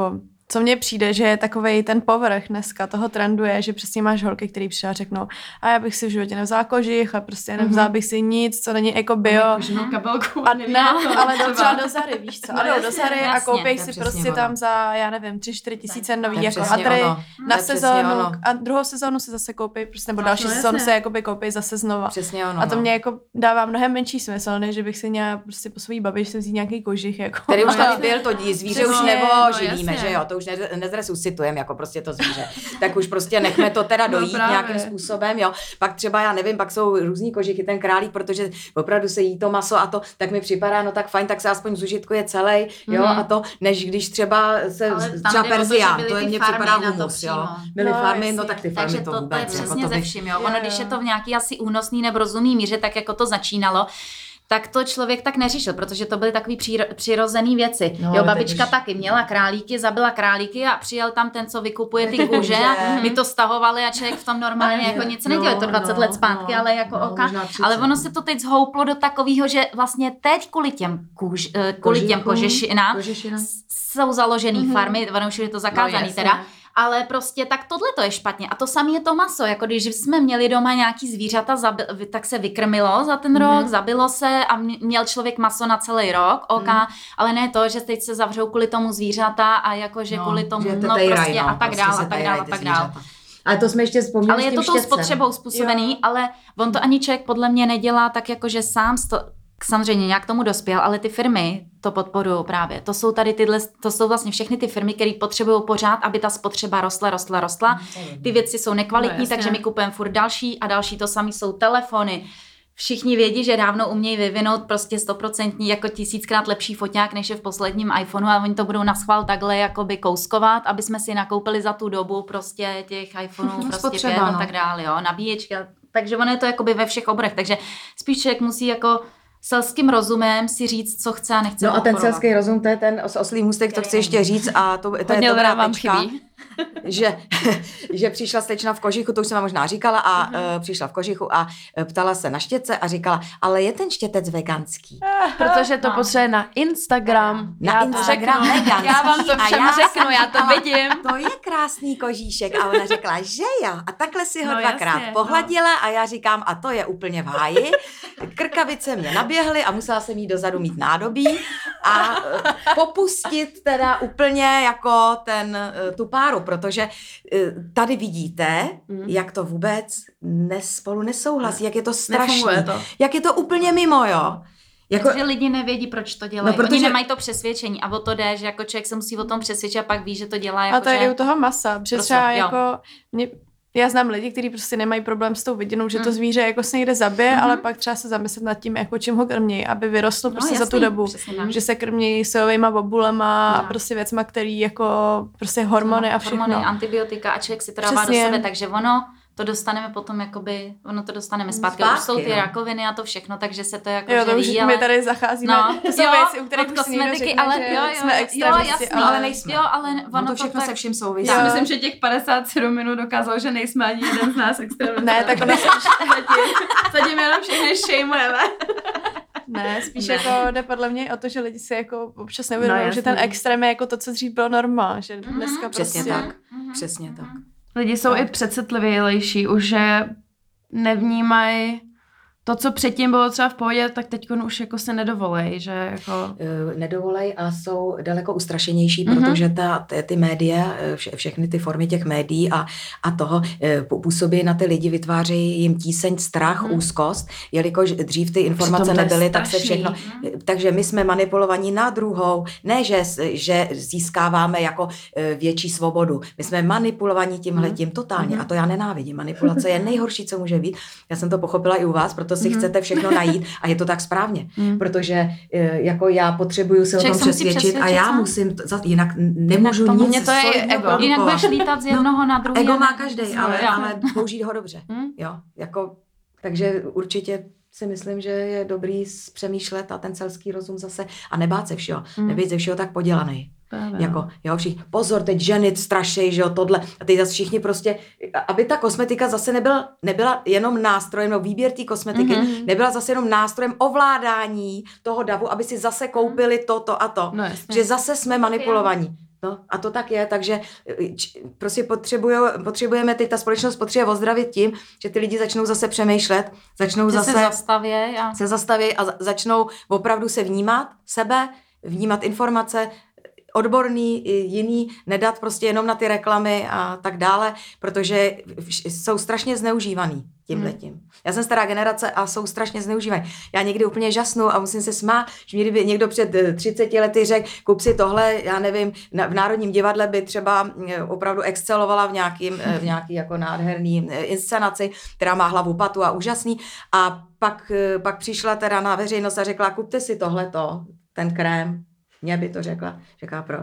S2: co mně přijde, že je takovej ten povrch dneska toho trendu je, že přesně máš holky, který přišla a řeknou, a já bych si v životě nevzala kožich a prostě nevzala bych si nic, co není jako bio.
S1: Koženou kabelku.
S2: A ne, ale jdou třeba do Zary, víš co? A jdou do Zary a koupí si prostě
S4: ono.
S2: tam za, já nevím, tři, čtyři tisíce nový jako
S4: přesně
S2: hadry
S4: ono.
S2: na
S4: To je
S2: sezónu
S4: ono.
S2: a druhou sezónu si zase koupí, prostě, nebo
S1: No,
S2: další
S1: no,
S2: sezónu
S1: jasně.
S2: se jakoby koupí zase znova.
S4: Přesně ono.
S2: A to
S4: no.
S2: mě jako dává mnohem menší smysl, než že bych si měla prostě po svojí babičce vzít nějaký kožich. Jako.
S4: Který už
S1: No,
S4: tady
S1: jasně.
S4: byl, to zvíře
S1: Přesně,
S4: už
S1: no,
S4: nevoživíme,
S1: jasně.
S4: že jo, to už ne- nezresuscitujeme jako prostě to zvíře. Tak už prostě nechme to teda
S1: No,
S4: dojít
S1: právě.
S4: nějakým způsobem, jo. Pak třeba, já nevím, pak jsou různý kožichy, ten králík, protože opravdu se jí to maso a to, tak mi připadá, no tak fajn, tak se aspoň zužitkuje celý, jo,
S1: Mhm.
S4: a to, než když třeba se,
S3: Ale tam
S4: třeba
S3: jde o to, že
S4: perzián,
S3: byly
S4: to je
S3: ty
S4: mně
S3: farmy
S4: připadá
S3: na to
S4: humus, jo.
S3: přímo.
S4: Byly
S2: No,
S4: farmy,
S2: jasně.
S4: no tak ty farmy
S3: Takže
S4: to
S3: to, to
S4: vůbec,
S3: je přesně
S4: jako to
S3: ze
S4: bych,
S3: vším, jo. Ono,
S2: Jo,
S3: když
S2: jo.
S3: je to v nějaký asi únosný nebo rozumný míře, tak jako to začínalo, tak to člověk tak neřešil, protože to byly takové přirozené věci.
S4: No,
S3: Jo,
S4: ale
S3: babička
S4: teď už-
S3: taky měla králíky, zabila králíky a přijel tam ten, co vykupuje ty kůže a my to stahovali a člověk v tom normálně jako nic
S4: No,
S3: nedělal. Je to dvacet
S4: no,
S3: let zpátky,
S4: no,
S3: ale jako
S4: no,
S3: oka.
S4: možná třicet.
S3: Ale ono se to teď zhouplo do takového, že vlastně teď kvůli těm, kůž, eh, kvůli těm
S4: Kožichům,
S3: kožešinám
S4: kožešinám.
S3: jsou založený
S2: Mhm.
S3: farmy, ono už je to zakázaný
S4: No, jasně.
S3: teda, ale prostě tak tohle to je špatně. A to samé je to maso, jako když jsme měli doma nějaký zvířata, zabi- tak se vykrmilo za ten rok, zabilo se a m- měl člověk maso na celý rok, ok, ale ne to, že teď se zavřou kvůli tomu zvířata a jakože
S4: No,
S3: kvůli tomu,
S4: že
S3: no
S4: tejraj,
S3: prostě
S4: no,
S3: a tak
S4: prostě
S3: dál,
S4: se
S3: a tak
S4: tejraj
S3: dál, a
S4: ty
S3: tak dál.
S4: zvířata. Ale to jsme ještě vzpomněli
S3: Ale
S4: s
S3: je
S4: tím
S3: to tou
S4: štětcem.
S3: spotřebou způsobený,
S2: Jo.
S3: ale on to ani člověk podle mě nedělá tak jako, že sám sto, samozřejmě nějak tomu dospěl, ale ty firmy to podporují právě. To jsou tady tyhle, to jsou vlastně všechny ty firmy, které potřebují pořád, aby ta spotřeba rostla, rostla, rostla. Ty věci jsou nekvalitní,
S1: No, jasně.
S3: takže my kupujeme furt další a další. To samé jsou telefony. Všichni vědí, že dávno umějí vyvinout prostě stoprocentní jako tisíckrát lepší foťák, než je v posledním iPhoneu a oni to budou na schvál takhle jakoby kouskovat, aby jsme si nakoupili za tu dobu prostě těch iPhoneů prostě
S4: Spotřeba,
S3: pět a
S4: no.
S3: tak dále, jo, nabíječky. a- Takže ono je to jakoby ve všech oborech, takže spíš člověk musí jako selským rozumem si říct, co chce a nechce
S4: No a ten
S3: podporovat.
S4: selský rozum, to je ten os- oslý můstek, to chci ještě říct a to, to je
S1: Hodně
S4: dobrá
S1: vám
S4: tečka,
S1: chybí.
S4: že, že přišla slečna v kožichu, to už jsem vám možná říkala, a uh, přišla v kožichu a uh, ptala se na štětce a říkala, ale je ten štětec veganský?
S1: Protože to
S3: No.
S1: potřebuje na Instagram.
S4: Na
S1: já
S4: Instagram
S1: to řeknu.
S4: veganský.
S1: Já vám to
S4: A
S1: všem
S4: já jsem
S1: řeknu, já to
S4: říkala,
S1: vidím.
S4: To je krásný kožíšek. A ona řekla, že jo. A takhle si ho
S1: No
S4: dvakrát
S1: jasně,
S4: pohladila a já říkám, a to je úplně v háji. Krkavice mě naběhly a musela jsem jí dozadu mít nádobí a eh, popustit teda úplně jako ten, eh, tu páru, protože eh, tady vidíte,
S1: Mm.
S4: jak to vůbec nes, spolu nesouhlasí, jak je to strašný,
S1: Nefunguje to.
S4: jak je to úplně mimo, jo. Jako,
S3: Protože lidi nevědí, proč to dělají.
S4: No, protože-
S3: Oni nemají to přesvědčení a o to jde, že jako člověk se musí o tom přesvědčit a pak ví, že to dělá jako,
S2: A to je
S3: že...
S2: i u toho masa, protože
S3: Prostě,
S2: třeba
S3: jo.
S2: jako, mě, já znám lidi, kteří prostě nemají problém s tou vidinou, že to
S3: Mm.
S2: zvíře jako se někde zabije,
S3: Mhm.
S2: ale pak třeba se zamyslet nad tím, jako čím ho krmějí, aby vyrostlo
S3: No,
S2: prostě za tu
S3: jasný,
S2: dobu.
S3: přesně tak.
S2: Že se krmějí sojovýma bobulema a
S3: No.
S2: prostě věcma, který jako prostě hormony a všechno.
S3: Hormony, antibiotika a člověk si to dává
S2: Přesně.
S3: do sebe, takže ono to dostaneme potom jakoby, ono to dostaneme zpátky.
S4: Zpátky,
S3: Už jsou ty
S4: no.
S3: rakoviny a to všechno, takže se to jako
S2: Jo, to
S3: že
S2: už
S3: ví, ale...
S2: my tady zacházíme.
S3: No,
S2: to jsou
S3: jo,
S2: věci, u kterých
S3: od
S2: už si někdo
S3: kosmetiky,
S2: řekne,
S3: ale
S2: že
S3: jo, jo,
S2: jsme
S3: jo,
S2: extrémisti,
S3: jasný,
S2: ale,
S4: ale nejsme.
S3: Jo, ale ono
S4: no to
S3: to
S4: všechno
S3: tak...
S4: se vším souvisí.
S1: Já si
S2: Jo.
S1: myslím, že těch padesát sedm minut dokázalo, že nejsme ani jeden z nás extrémně.
S2: Ne, tak ono
S1: zatím, zatím jenom všechny shameujeme.
S2: ne, spíš
S3: Ne.
S2: jako jde podle mě o to, že lidi si jako občas neuvědomují,
S1: No,
S2: že ten
S1: jasný.
S2: extrém je jako to, co dřív bylo norma, že dneska
S4: Přesně
S2: prostě...
S4: tak. Přesně tak.
S1: Lidi jsou i přecitlivější, už že nevnímají to, co předtím bylo třeba v pohodě, tak teď už jako se nedovolej, že jako...
S4: Eh, nedovolej a jsou daleko ustrašenější,
S1: Mhm.
S4: protože ta, ty, ty média, eh, vše, všechny ty formy těch médií a, a toho eh, působí na ty lidi, vytvářejí jim tíseň, strach,
S1: Mhm.
S4: úzkost, jelikož dřív ty informace
S1: Přitom to je
S4: nebyly, tak se
S1: strašný.
S4: všechno... eh, Takže my jsme manipulovaní na druhou, ne, že, s- že získáváme jako eh, větší svobodu. My jsme manipulovaní tímhletím totálně
S1: Mhm.
S4: a to já nenávidím. Manipulace je nejhorší, co může být. Já jsem to pochopila i u vás, proto si
S1: Mhm.
S4: chcete všechno najít a je to tak správně.
S1: Mm.
S4: Protože e, jako já potřebuju se o
S3: Člověk
S4: tom
S3: se musí
S4: přesvědčit a
S3: přesvědčit
S4: já
S3: sám.
S4: musím, to, za- jinak n- nemůžu
S3: tomu-
S4: nic
S1: Mně to je
S4: solidního
S1: ego.
S4: produkovat.
S3: Jinak budeš lítat z jednoho na druhý.
S4: Ego
S3: a
S4: má
S3: ne-
S4: každý,
S3: No,
S4: ale,
S3: jo.
S4: ale použít ho dobře.
S1: Mm.
S4: Jo, jako, takže určitě si myslím, že je dobrý přemýšlet a ten selský rozum zase a nebát se všeho,
S1: Mm.
S4: nebýt ze všeho tak podělaný.
S1: Právě,
S4: Jako,
S1: no.
S4: jo, všichni, pozor, teď ženy strašej, že jo, tohle. A teď zase všichni prostě, aby ta kosmetika zase nebyla, nebyla jenom nástrojem, no výběr té kosmetiky,
S1: Mhm.
S4: mm-hmm. nebyla zase jenom nástrojem ovládání toho davu, aby si zase koupili to, to a to.
S1: No jasně.
S4: Že zase jsme manipulovaní. No, a to tak je, takže č, prostě potřebujeme teď, ta společnost potřebuje ozdravit tím, že ty lidi začnou zase přemýšlet, začnou
S3: že
S4: zase
S3: se zastavěj a...
S4: se zastaví a začnou opravdu se vnímat sebe, vnímat informace, odborný i jiný, nedat prostě jenom na ty reklamy a tak dále, protože jsou strašně zneužívaný tímhletím. Hmm. Já jsem stará generace a jsou strašně zneužívaný. Já někdy úplně žasnu a musím se smát, že mě kdyby někdo před třiceti lety řekl, kup si tohle, já nevím, v Národním divadle by třeba opravdu excelovala v nějaký, v nějaký jako nádherný inscenaci, která má hlavu patu a úžasný, a pak, pak přišla teda na veřejnost a řekla, kupte si tohleto, ten krém. Mě by to řekla. Řekla, proč?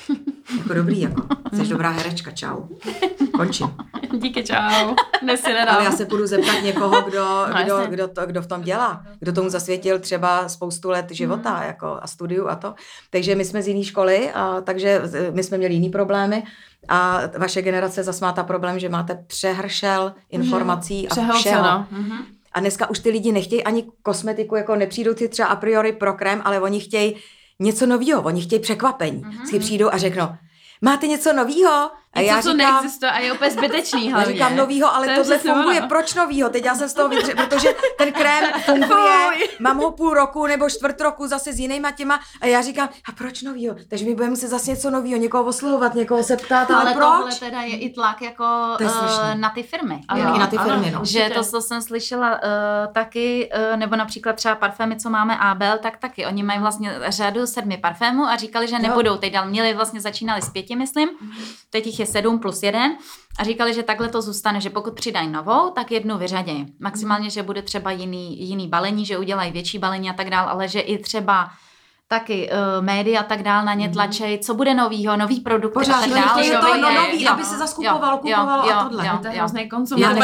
S4: Jako dobrý, jako. Jsi dobrá herečka, čau. Končím.
S1: Díky, čau. Dnes si nedám.
S4: Ale já se půjdu zeptat někoho, kdo, no, kdo, kdo, to, kdo v tom dělá. Kdo tomu zasvětil třeba spoustu let života mm. jako, a studiu a to. Takže my jsme z jiné školy, a, takže my jsme měli jiný problémy. A vaše generace zase má ta problém, že máte přehršel informací mm. a všeho. Mm-hmm. A dneska už ty lidi nechtějí ani kosmetiku, jako nepřijdou ty třeba a priori pro krém, ale oni chtějí něco novýho, oni chtějí překvapení. Mm-hmm. Přijdou a řeknou, máte něco novýho?
S1: A já co říkám, neexistuje a je úplně zbytečný hlavně.
S4: Já říkám novýho, ale to tohle funguje. Ono. Proč novýho? Teď já jsem z toho vydře, protože ten krém funguje, mám ho půl roku nebo čtvrt roku zase s jinýma těma a já říkám, a proč novýho? Takže my budeme muset zase něco novýho, někoho oslovovat, někoho se ptát, ale, ale proč?
S3: Ale tohle teda je i tlak jako uh, na ty firmy.
S4: Ano, jo, i na ty firmy, ano, no.
S3: Že to, co jsem slyšela uh, taky, uh, nebo například třeba parfémy, co máme A B L, tak taky. Oni mají vlastně řadu sedmi parfémů a říkali, že nebudou. Teď dal, měli vlastně začínali s pěti, myslím. Teď jich je sedm plus jeden. A říkali, že takhle to zůstane, že pokud přidají novou, tak jednu vyřadějí. Maximálně, že bude třeba jiný, jiný balení, že udělají větší balení a tak dál, ale že i třeba taky uh, média a tak dál na ně tlačej, co bude novýho, nový produkt a tak dál.
S4: Pořád, to nový, nový jo, aby se zaskupovalo, jo, kupovalo
S3: jo,
S4: a tohle.
S3: Jo,
S1: to je hrozný
S3: konzum. Já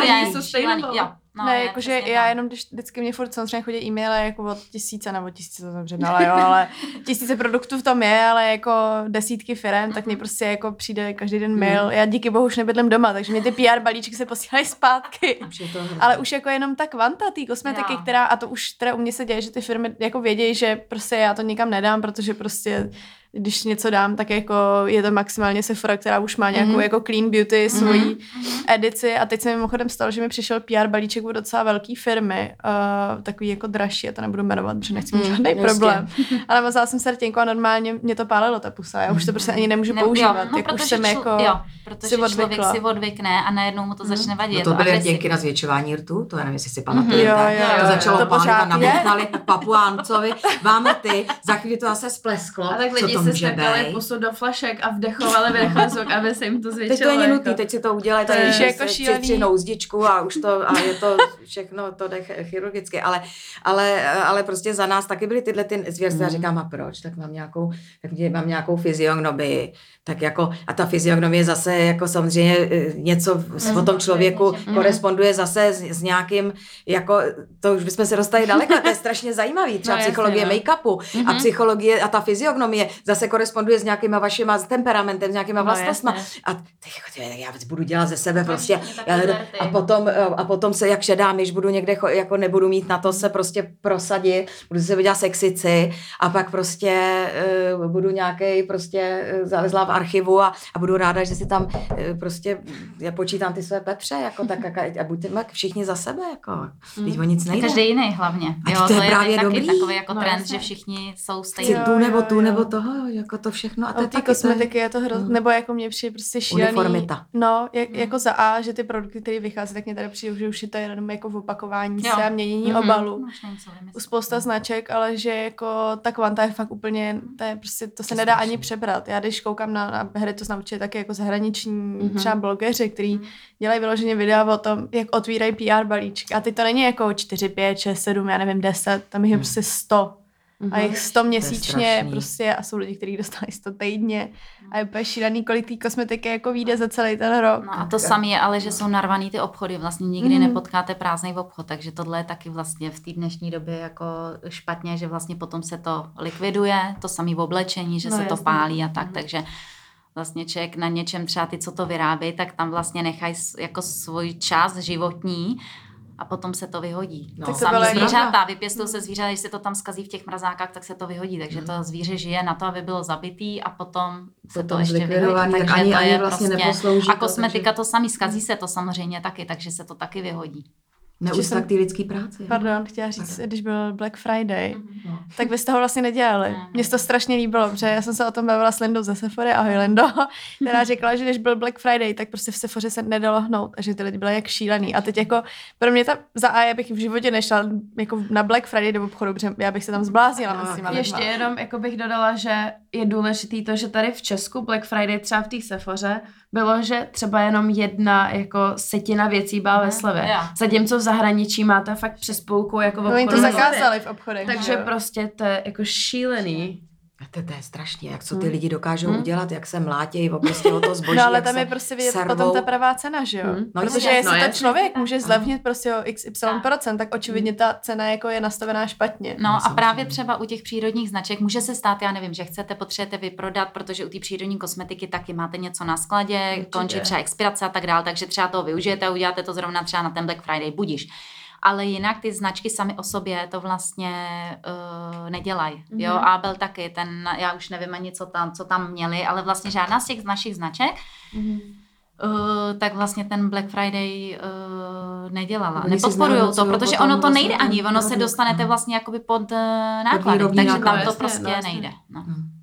S2: No, ne, jakože já jenom, když vždycky mě furt samozřejmě chodí e-maily jako od tisíce, nebo tisíce to jsem ale jo, ale tisíce produktů v tom je, ale jako desítky firem, tak mě prostě jako přijde každý den mail. Já díky bohu už nebydlím doma, takže mě ty P R balíčky se posílají zpátky. Ale už jako jenom ta kvanta té kosmetiky, jo. která, a to už teda u mě se děje, že ty firmy jako vědějí, že prostě já to nikam nedám, protože prostě když něco dám, tak jako je to maximálně Sephora, která už má nějakou mm-hmm. jako clean beauty, svoji mm-hmm. edici, a teď se mi mimochodem stalo, že mi přišel P R balíček od docela velký firmy, uh, takový jako dražší, já to nebudu jmenovat, protože nechci mít mm, žádný problém. Ale mazala jsem se rtěnku a normálně mě to pálilo ta pusa, já už to prostě ani nemůžu ne, používat,
S3: no,
S2: jak už jsem
S3: člo,
S2: jako
S3: jo, protože si člověk si odvykne a najednou mu to začne vadit.
S4: No to byly rtěnky na zvětšování rtů, to já nevím, jestli si pamatujete.
S2: Mm-hmm. Jo, jo,
S4: to začalo
S2: to
S4: pálit a nabouchali Papuáncovi, máme ty, za chvíli to zase splesklo, co to může být.
S1: Posud do flašek a vdechovali, vydechali zvuk, aby se jim to zvětšilo.
S4: Teď to není nutný, teď si to udělají, to je
S2: jako šílený.
S4: Uzdičku a už to, a je to všechno, to jde chirurgicky, ale, ale, ale prostě za nás taky byly tyhle ty zvěrstva, mm. říkám, a proč, tak mám nějakou, tak mám nějakou fyziognomii, tak jako, a ta fyziognomie zase jako samozřejmě něco mm. o tom člověku mm. koresponduje zase s, s nějakým, jako, to už bychom se dostali daleko, to je strašně zajímavý, třeba no, psychologie jasně, make-upu mm-hmm. a psychologie a ta fyziognomie zase koresponduje s nějakýma vašima s temperamentem, s nějakýma vlastnostma. No, a ty, já budu dělat ze sebe prostě. A potom, a potom se jak šedá myš, budu někde, jako nebudu mít na to se prostě prosadit, budu se dělat sexici a pak prostě uh, budu nějakej prostě zalezlá v archivu a, a budu ráda, že si tam uh, prostě, já počítám ty své Petře, jako tak, a, a buďte všichni za sebe, jako, teď o nic nejde.
S3: Každý jiný hlavně.
S4: Jo, to je, to je právě
S3: taky
S4: dobrý.
S3: Takový jako
S2: no,
S3: trend,
S2: jasně.
S3: že všichni jsou stejní.
S4: Chci tu nebo tu nebo toho, jako to všechno. A,
S2: a ty kosmetiky je to hrozné, nebo jako mě přijde prostě šílený.
S4: Uniformita.
S2: No, jak, jako za A, že ty produkty, které vychází, tak mě tady přijde, že už je to jenom jako v opakování jo. se a měnění mm-hmm. obalu. U spousta značek, ale že jako ta kvanta je fakt úplně, to je prostě, to se to nedá ani přebrat. Já když koukám na, na hry, to znám určitě taky jako zahraniční mm-hmm. třeba blogeři, kteří dělají vyloženě videa o tom, jak otvírají P R balíčky. A teď to není jako čtyři, pět, šest, sedm, já nevím, deset, tam jich je mm. prostě sto. Mm-hmm. A jich sto měsíčně prostě a jsou lidi, kteří dostali sto týdně a je úplně šílený, kolik té kosmetiky jako vyjde za celý ten rok.
S3: No a to samé je, ale že jsou narvaný ty obchody, vlastně nikdy mm. nepotkáte prázdný obchod, takže tohle je taky vlastně v té dnešní době jako špatně, že vlastně potom se to likviduje, to samé v oblečení, že no, se jasný. To pálí a tak, mm. takže vlastně člověk na něčem třeba ty, co to vyrábí, tak tam vlastně nechají jako svůj čas životní a potom se to vyhodí.
S4: No.
S3: Tak
S2: to
S3: sami
S2: bylo jako-
S3: zvířata, vypěstují se zvířata, když se to tam zkazí v těch mrazákách, tak se to vyhodí, takže to zvíře žije na to, aby bylo zabitý a potom se
S4: Potom
S3: to ještě vyhodí.
S4: zlikvidovaný, tak ani-
S3: to
S4: ani
S3: je
S4: vlastně
S3: prostě...
S4: neposlouží
S3: A
S4: to,
S3: kosmetika
S4: takže-
S3: to samý, zkazí se to samozřejmě taky, takže se to taky vyhodí.
S4: Neustak té lidský práci.
S2: Pardon, chtěla říct,
S4: Pardon.
S2: když byl Black Friday,
S4: No.
S2: tak vy jste ho vlastně nedělali.
S3: Ne.
S2: Mně se to strašně líbilo, protože já jsem se o tom bavila s Lindou ze Sephory, ahoj Lindo, která říkala, že když byl Black Friday, tak prostě v Sephoře se nedalo hnout a že ty lidi byly jak šílený. A teď jako pro mě ta za A, já bych v životě nešla jako na Black Friday do obchodu, protože já bych se tam zbláznila.
S4: No,
S2: s těma
S1: Ještě
S2: lidma.
S1: jenom jako bych dodala, že je důležitý to, že tady v Česku Black Friday třeba v té Sephoře bylo, že třeba jenom jedna jako setina věcí byla ve slevě.
S3: jo.
S1: Zatímco v zahraničí máte fakt přes půlku jako v
S2: No, oni to
S1: obchodu.
S2: zakázali v obchodech.
S1: Takže
S2: že jo?
S1: prostě to je jako šílený.
S4: A to, to je strašně, jak co ty lidi dokážou udělat, jak se mlátějí o prostě o to zboží,
S2: No ale
S4: jak
S2: tam
S4: se
S2: je prostě vidět
S4: servou.
S2: potom ta pravá cena, že jo?
S1: Hmm.
S4: No,
S2: Protože
S4: jasně,
S2: jestli
S1: no,
S2: to
S1: jasně.
S2: člověk může zlevnit prostě o iks ypsilon procent, tak očividně ta cena jako je nastavená špatně.
S3: No a
S4: samozřejmě.
S3: právě třeba u těch přírodních značek může se stát, já nevím, že chcete, potřebujete vyprodat, protože u té přírodní kosmetiky taky máte něco na skladě,
S1: Určitě.
S3: končí třeba expirace a tak dále, takže třeba toho využijete a uděláte to zrovna třeba na ten Black Friday, budíš. Ale jinak ty značky sami o sobě to vlastně uh, nedělají. Mm-hmm. Jo, Abel taky, ten, já už nevím ani, co tam, co tam měli, ale vlastně žádná z těch našich značek mm-hmm. Uh, tak vlastně ten Black Friday uh, nedělala.
S4: Oni si
S3: Nepodporujou to,
S4: znehodnocují
S3: protože
S4: potom
S3: ono to
S4: vlastně
S3: nejde
S4: ten
S3: ani, ono se
S4: produkt,
S3: dostanete
S4: no.
S3: vlastně jakoby pod uh, náklady,
S4: výrobní
S3: takže
S4: náklady.
S3: tam
S1: No,
S3: to
S1: jasně,
S3: prostě
S1: no, jasně.
S3: nejde. No.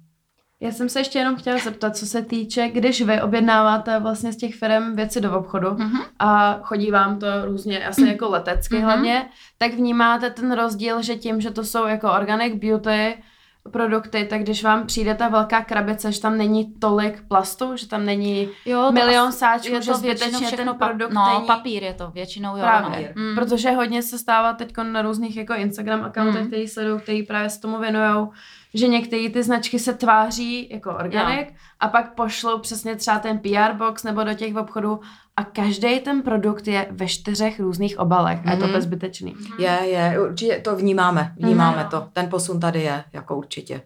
S1: Já jsem se ještě jenom chtěla zeptat, co se týče, když vy objednáváte vlastně z těch firm věci do obchodu
S3: Mhm.
S1: a chodí vám to různě, asi jako letecky
S3: Mhm.
S1: hlavně, tak vnímáte ten rozdíl, že tím, že to jsou jako organic beauty produkty, tak když vám přijde ta velká krabice, že tam není tolik plastu, že tam není
S3: Jo,
S1: milion
S3: asi-
S1: sáčků,
S3: je
S1: že
S3: to většinou
S1: zbytečně
S3: všechno
S1: ten
S3: pa-
S1: produkt
S3: no,
S1: není...
S3: papír je to většinou, jo.
S1: Právě,
S3: no. Mm.
S1: protože hodně se stává teď na různých jako Instagram akauntech,
S3: Mm.
S1: který sledují, který právě se tomu věnujou, že některé ty značky se tváří jako organic a pak pošlou přesně třeba ten P R box nebo do těch obchodů a každý ten produkt je ve čtyřech různých obalech a je to
S4: Mhm.
S1: bezbytečný.
S4: Je, je, určitě to vnímáme, vnímáme
S1: Mhm.
S4: to. Ten posun tady je, jako určitě.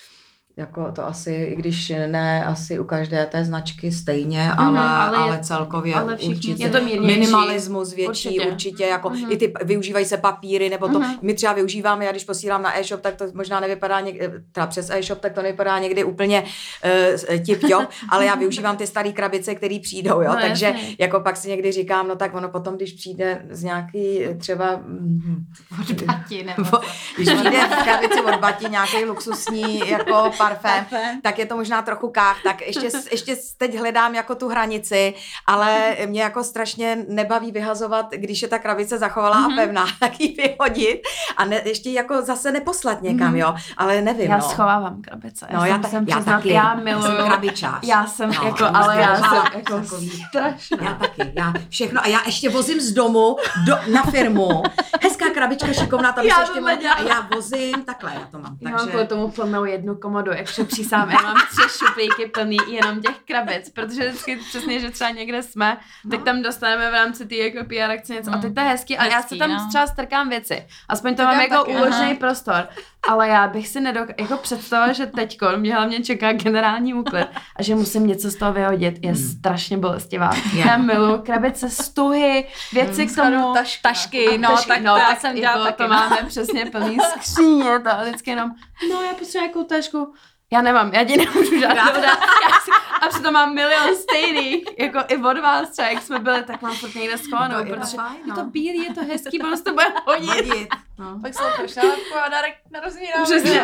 S4: Jako to asi, i když ne asi u každé té značky stejně, ale,
S1: ale
S4: ale,
S1: je-
S4: ale celkově
S1: ale všichni-
S4: určitě.
S1: je to mírnější.
S4: Minimalismus větší, určitě,
S1: Určitě.
S4: určitě jako
S1: Mhm.
S4: i ty, využívají se papíry, nebo to,
S1: Mhm.
S4: my třeba využíváme, já když posílám na e-shop, tak to možná nevypadá někdy, teda přes e-shop, tak to nevypadá někdy úplně uh, tip, jo, ale já využívám ty staré krabice, které přijdou, jo,
S1: No,
S4: takže
S1: jasně.
S4: jako pak si někdy říkám, no tak ono potom, když přijde z nějaký třeba mm,
S3: Bati, nebo
S4: Bo- Když přijde v krabici od Bati nějaký luxusní jako parfém, tak je to možná trochu kách, tak ještě, ještě teď hledám jako tu hranici, ale mě jako strašně nebaví vyhazovat, když je ta krabice zachovalá mm-hmm. a pevná, tak ji vyhodit a ne, ještě jako zase neposlat někam, mm-hmm. jo, ale nevím,
S1: Já
S4: no.
S1: schovávám krabice.
S4: No,
S1: já,
S4: já,
S1: jsem
S4: ta,
S1: musím
S4: já
S1: přiznat,
S4: taky,
S1: já miluju.
S4: jsem krabičář.
S1: Já jsem
S4: No,
S1: jako,
S4: já
S1: ale já
S4: jsem
S1: jsem
S4: malá,
S1: jako
S4: takový.
S1: strašná.
S4: Já taky, já všechno a já ještě vozím z domu do, na firmu, hezká krabička šikovná, tam
S1: Já
S4: se ještě
S1: to
S4: mám,
S1: nedělám.
S4: a já vozím, takhle já to mám,
S1: Já mám kvůli
S4: takže...
S1: tomu plnou jednu komodu, jakože přísám, já mám tři šuplíky plný jenom těch krabic, protože vždycky přesně, že třeba někde jsme, tak tam dostaneme v rámci té jako P R akce něco a teď to je hezký a já
S3: Hezký,
S1: si tam
S3: no.
S1: třeba strkám věci, aspoň to
S2: To
S1: mám
S2: já
S1: jako
S2: taky,
S1: uložený
S3: aha.
S1: prostor, ale já bych si nedok... jako představila, že teďko mě hlavně čeká generální úklid a že musím něco z toho vyhodit, je strašně bolestivá.
S4: Je.
S1: Já miluji krabice, stuhy, věci k tomu,
S2: tašky.
S3: tašky, no,
S1: tašky,
S3: tak
S1: no,
S3: to já
S1: tak
S3: jsem
S1: jako
S3: dělala
S1: to
S3: taky.
S1: máme přesně plný skříně, to a vždycky jenom, no já potřebuji nějakou tašku, já nemám, já ti nemůžu žádnou dát. Já si, a přitom mám milion stejných, jako i od vás třeba, jak jsme byli, tak mám furt někde schovanou,
S4: To je
S1: protože
S4: fajn,
S1: je to
S4: no.
S1: bílý, je to hezký, ono se to bude hodit.
S4: Hodit. No.
S2: Pak sloupeš nálepku a dárek na rozmírání.
S1: Přesně.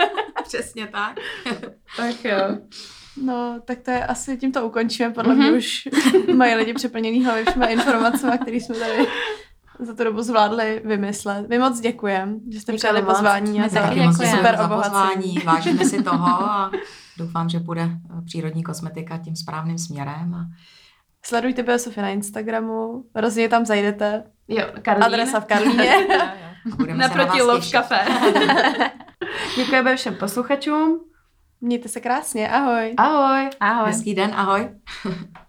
S4: Přesně tak.
S1: Tak jo.
S2: No, tak to je asi tímto ukončíme. Podle mě už mají lidi přeplněný hlavy všema informacemi, které jsme tady za tu dobu zvládli vymyslet. My moc děkujeme, že jste přijali
S1: moc.
S2: pozvání.
S1: My
S2: A za
S1: taky
S4: moc
S1: děkujeme.
S2: super
S4: za
S2: obohacení.
S4: pozvání, vážíme si toho a doufám, že půjde přírodní kosmetika tím správným směrem. A
S2: Sledujte Biosofy na Instagramu, rozhodně tam zajdete.
S1: Jo, Karolín.
S2: Adresa v Karlíně.
S4: a budeme se na
S1: Naproti
S4: vás
S1: Love
S4: těšit.
S1: Café. Děkujeme všem posluchačům.
S2: Mějte se krásně, ahoj.
S1: Ahoj.
S3: Ahoj.
S4: Hezký den, ahoj.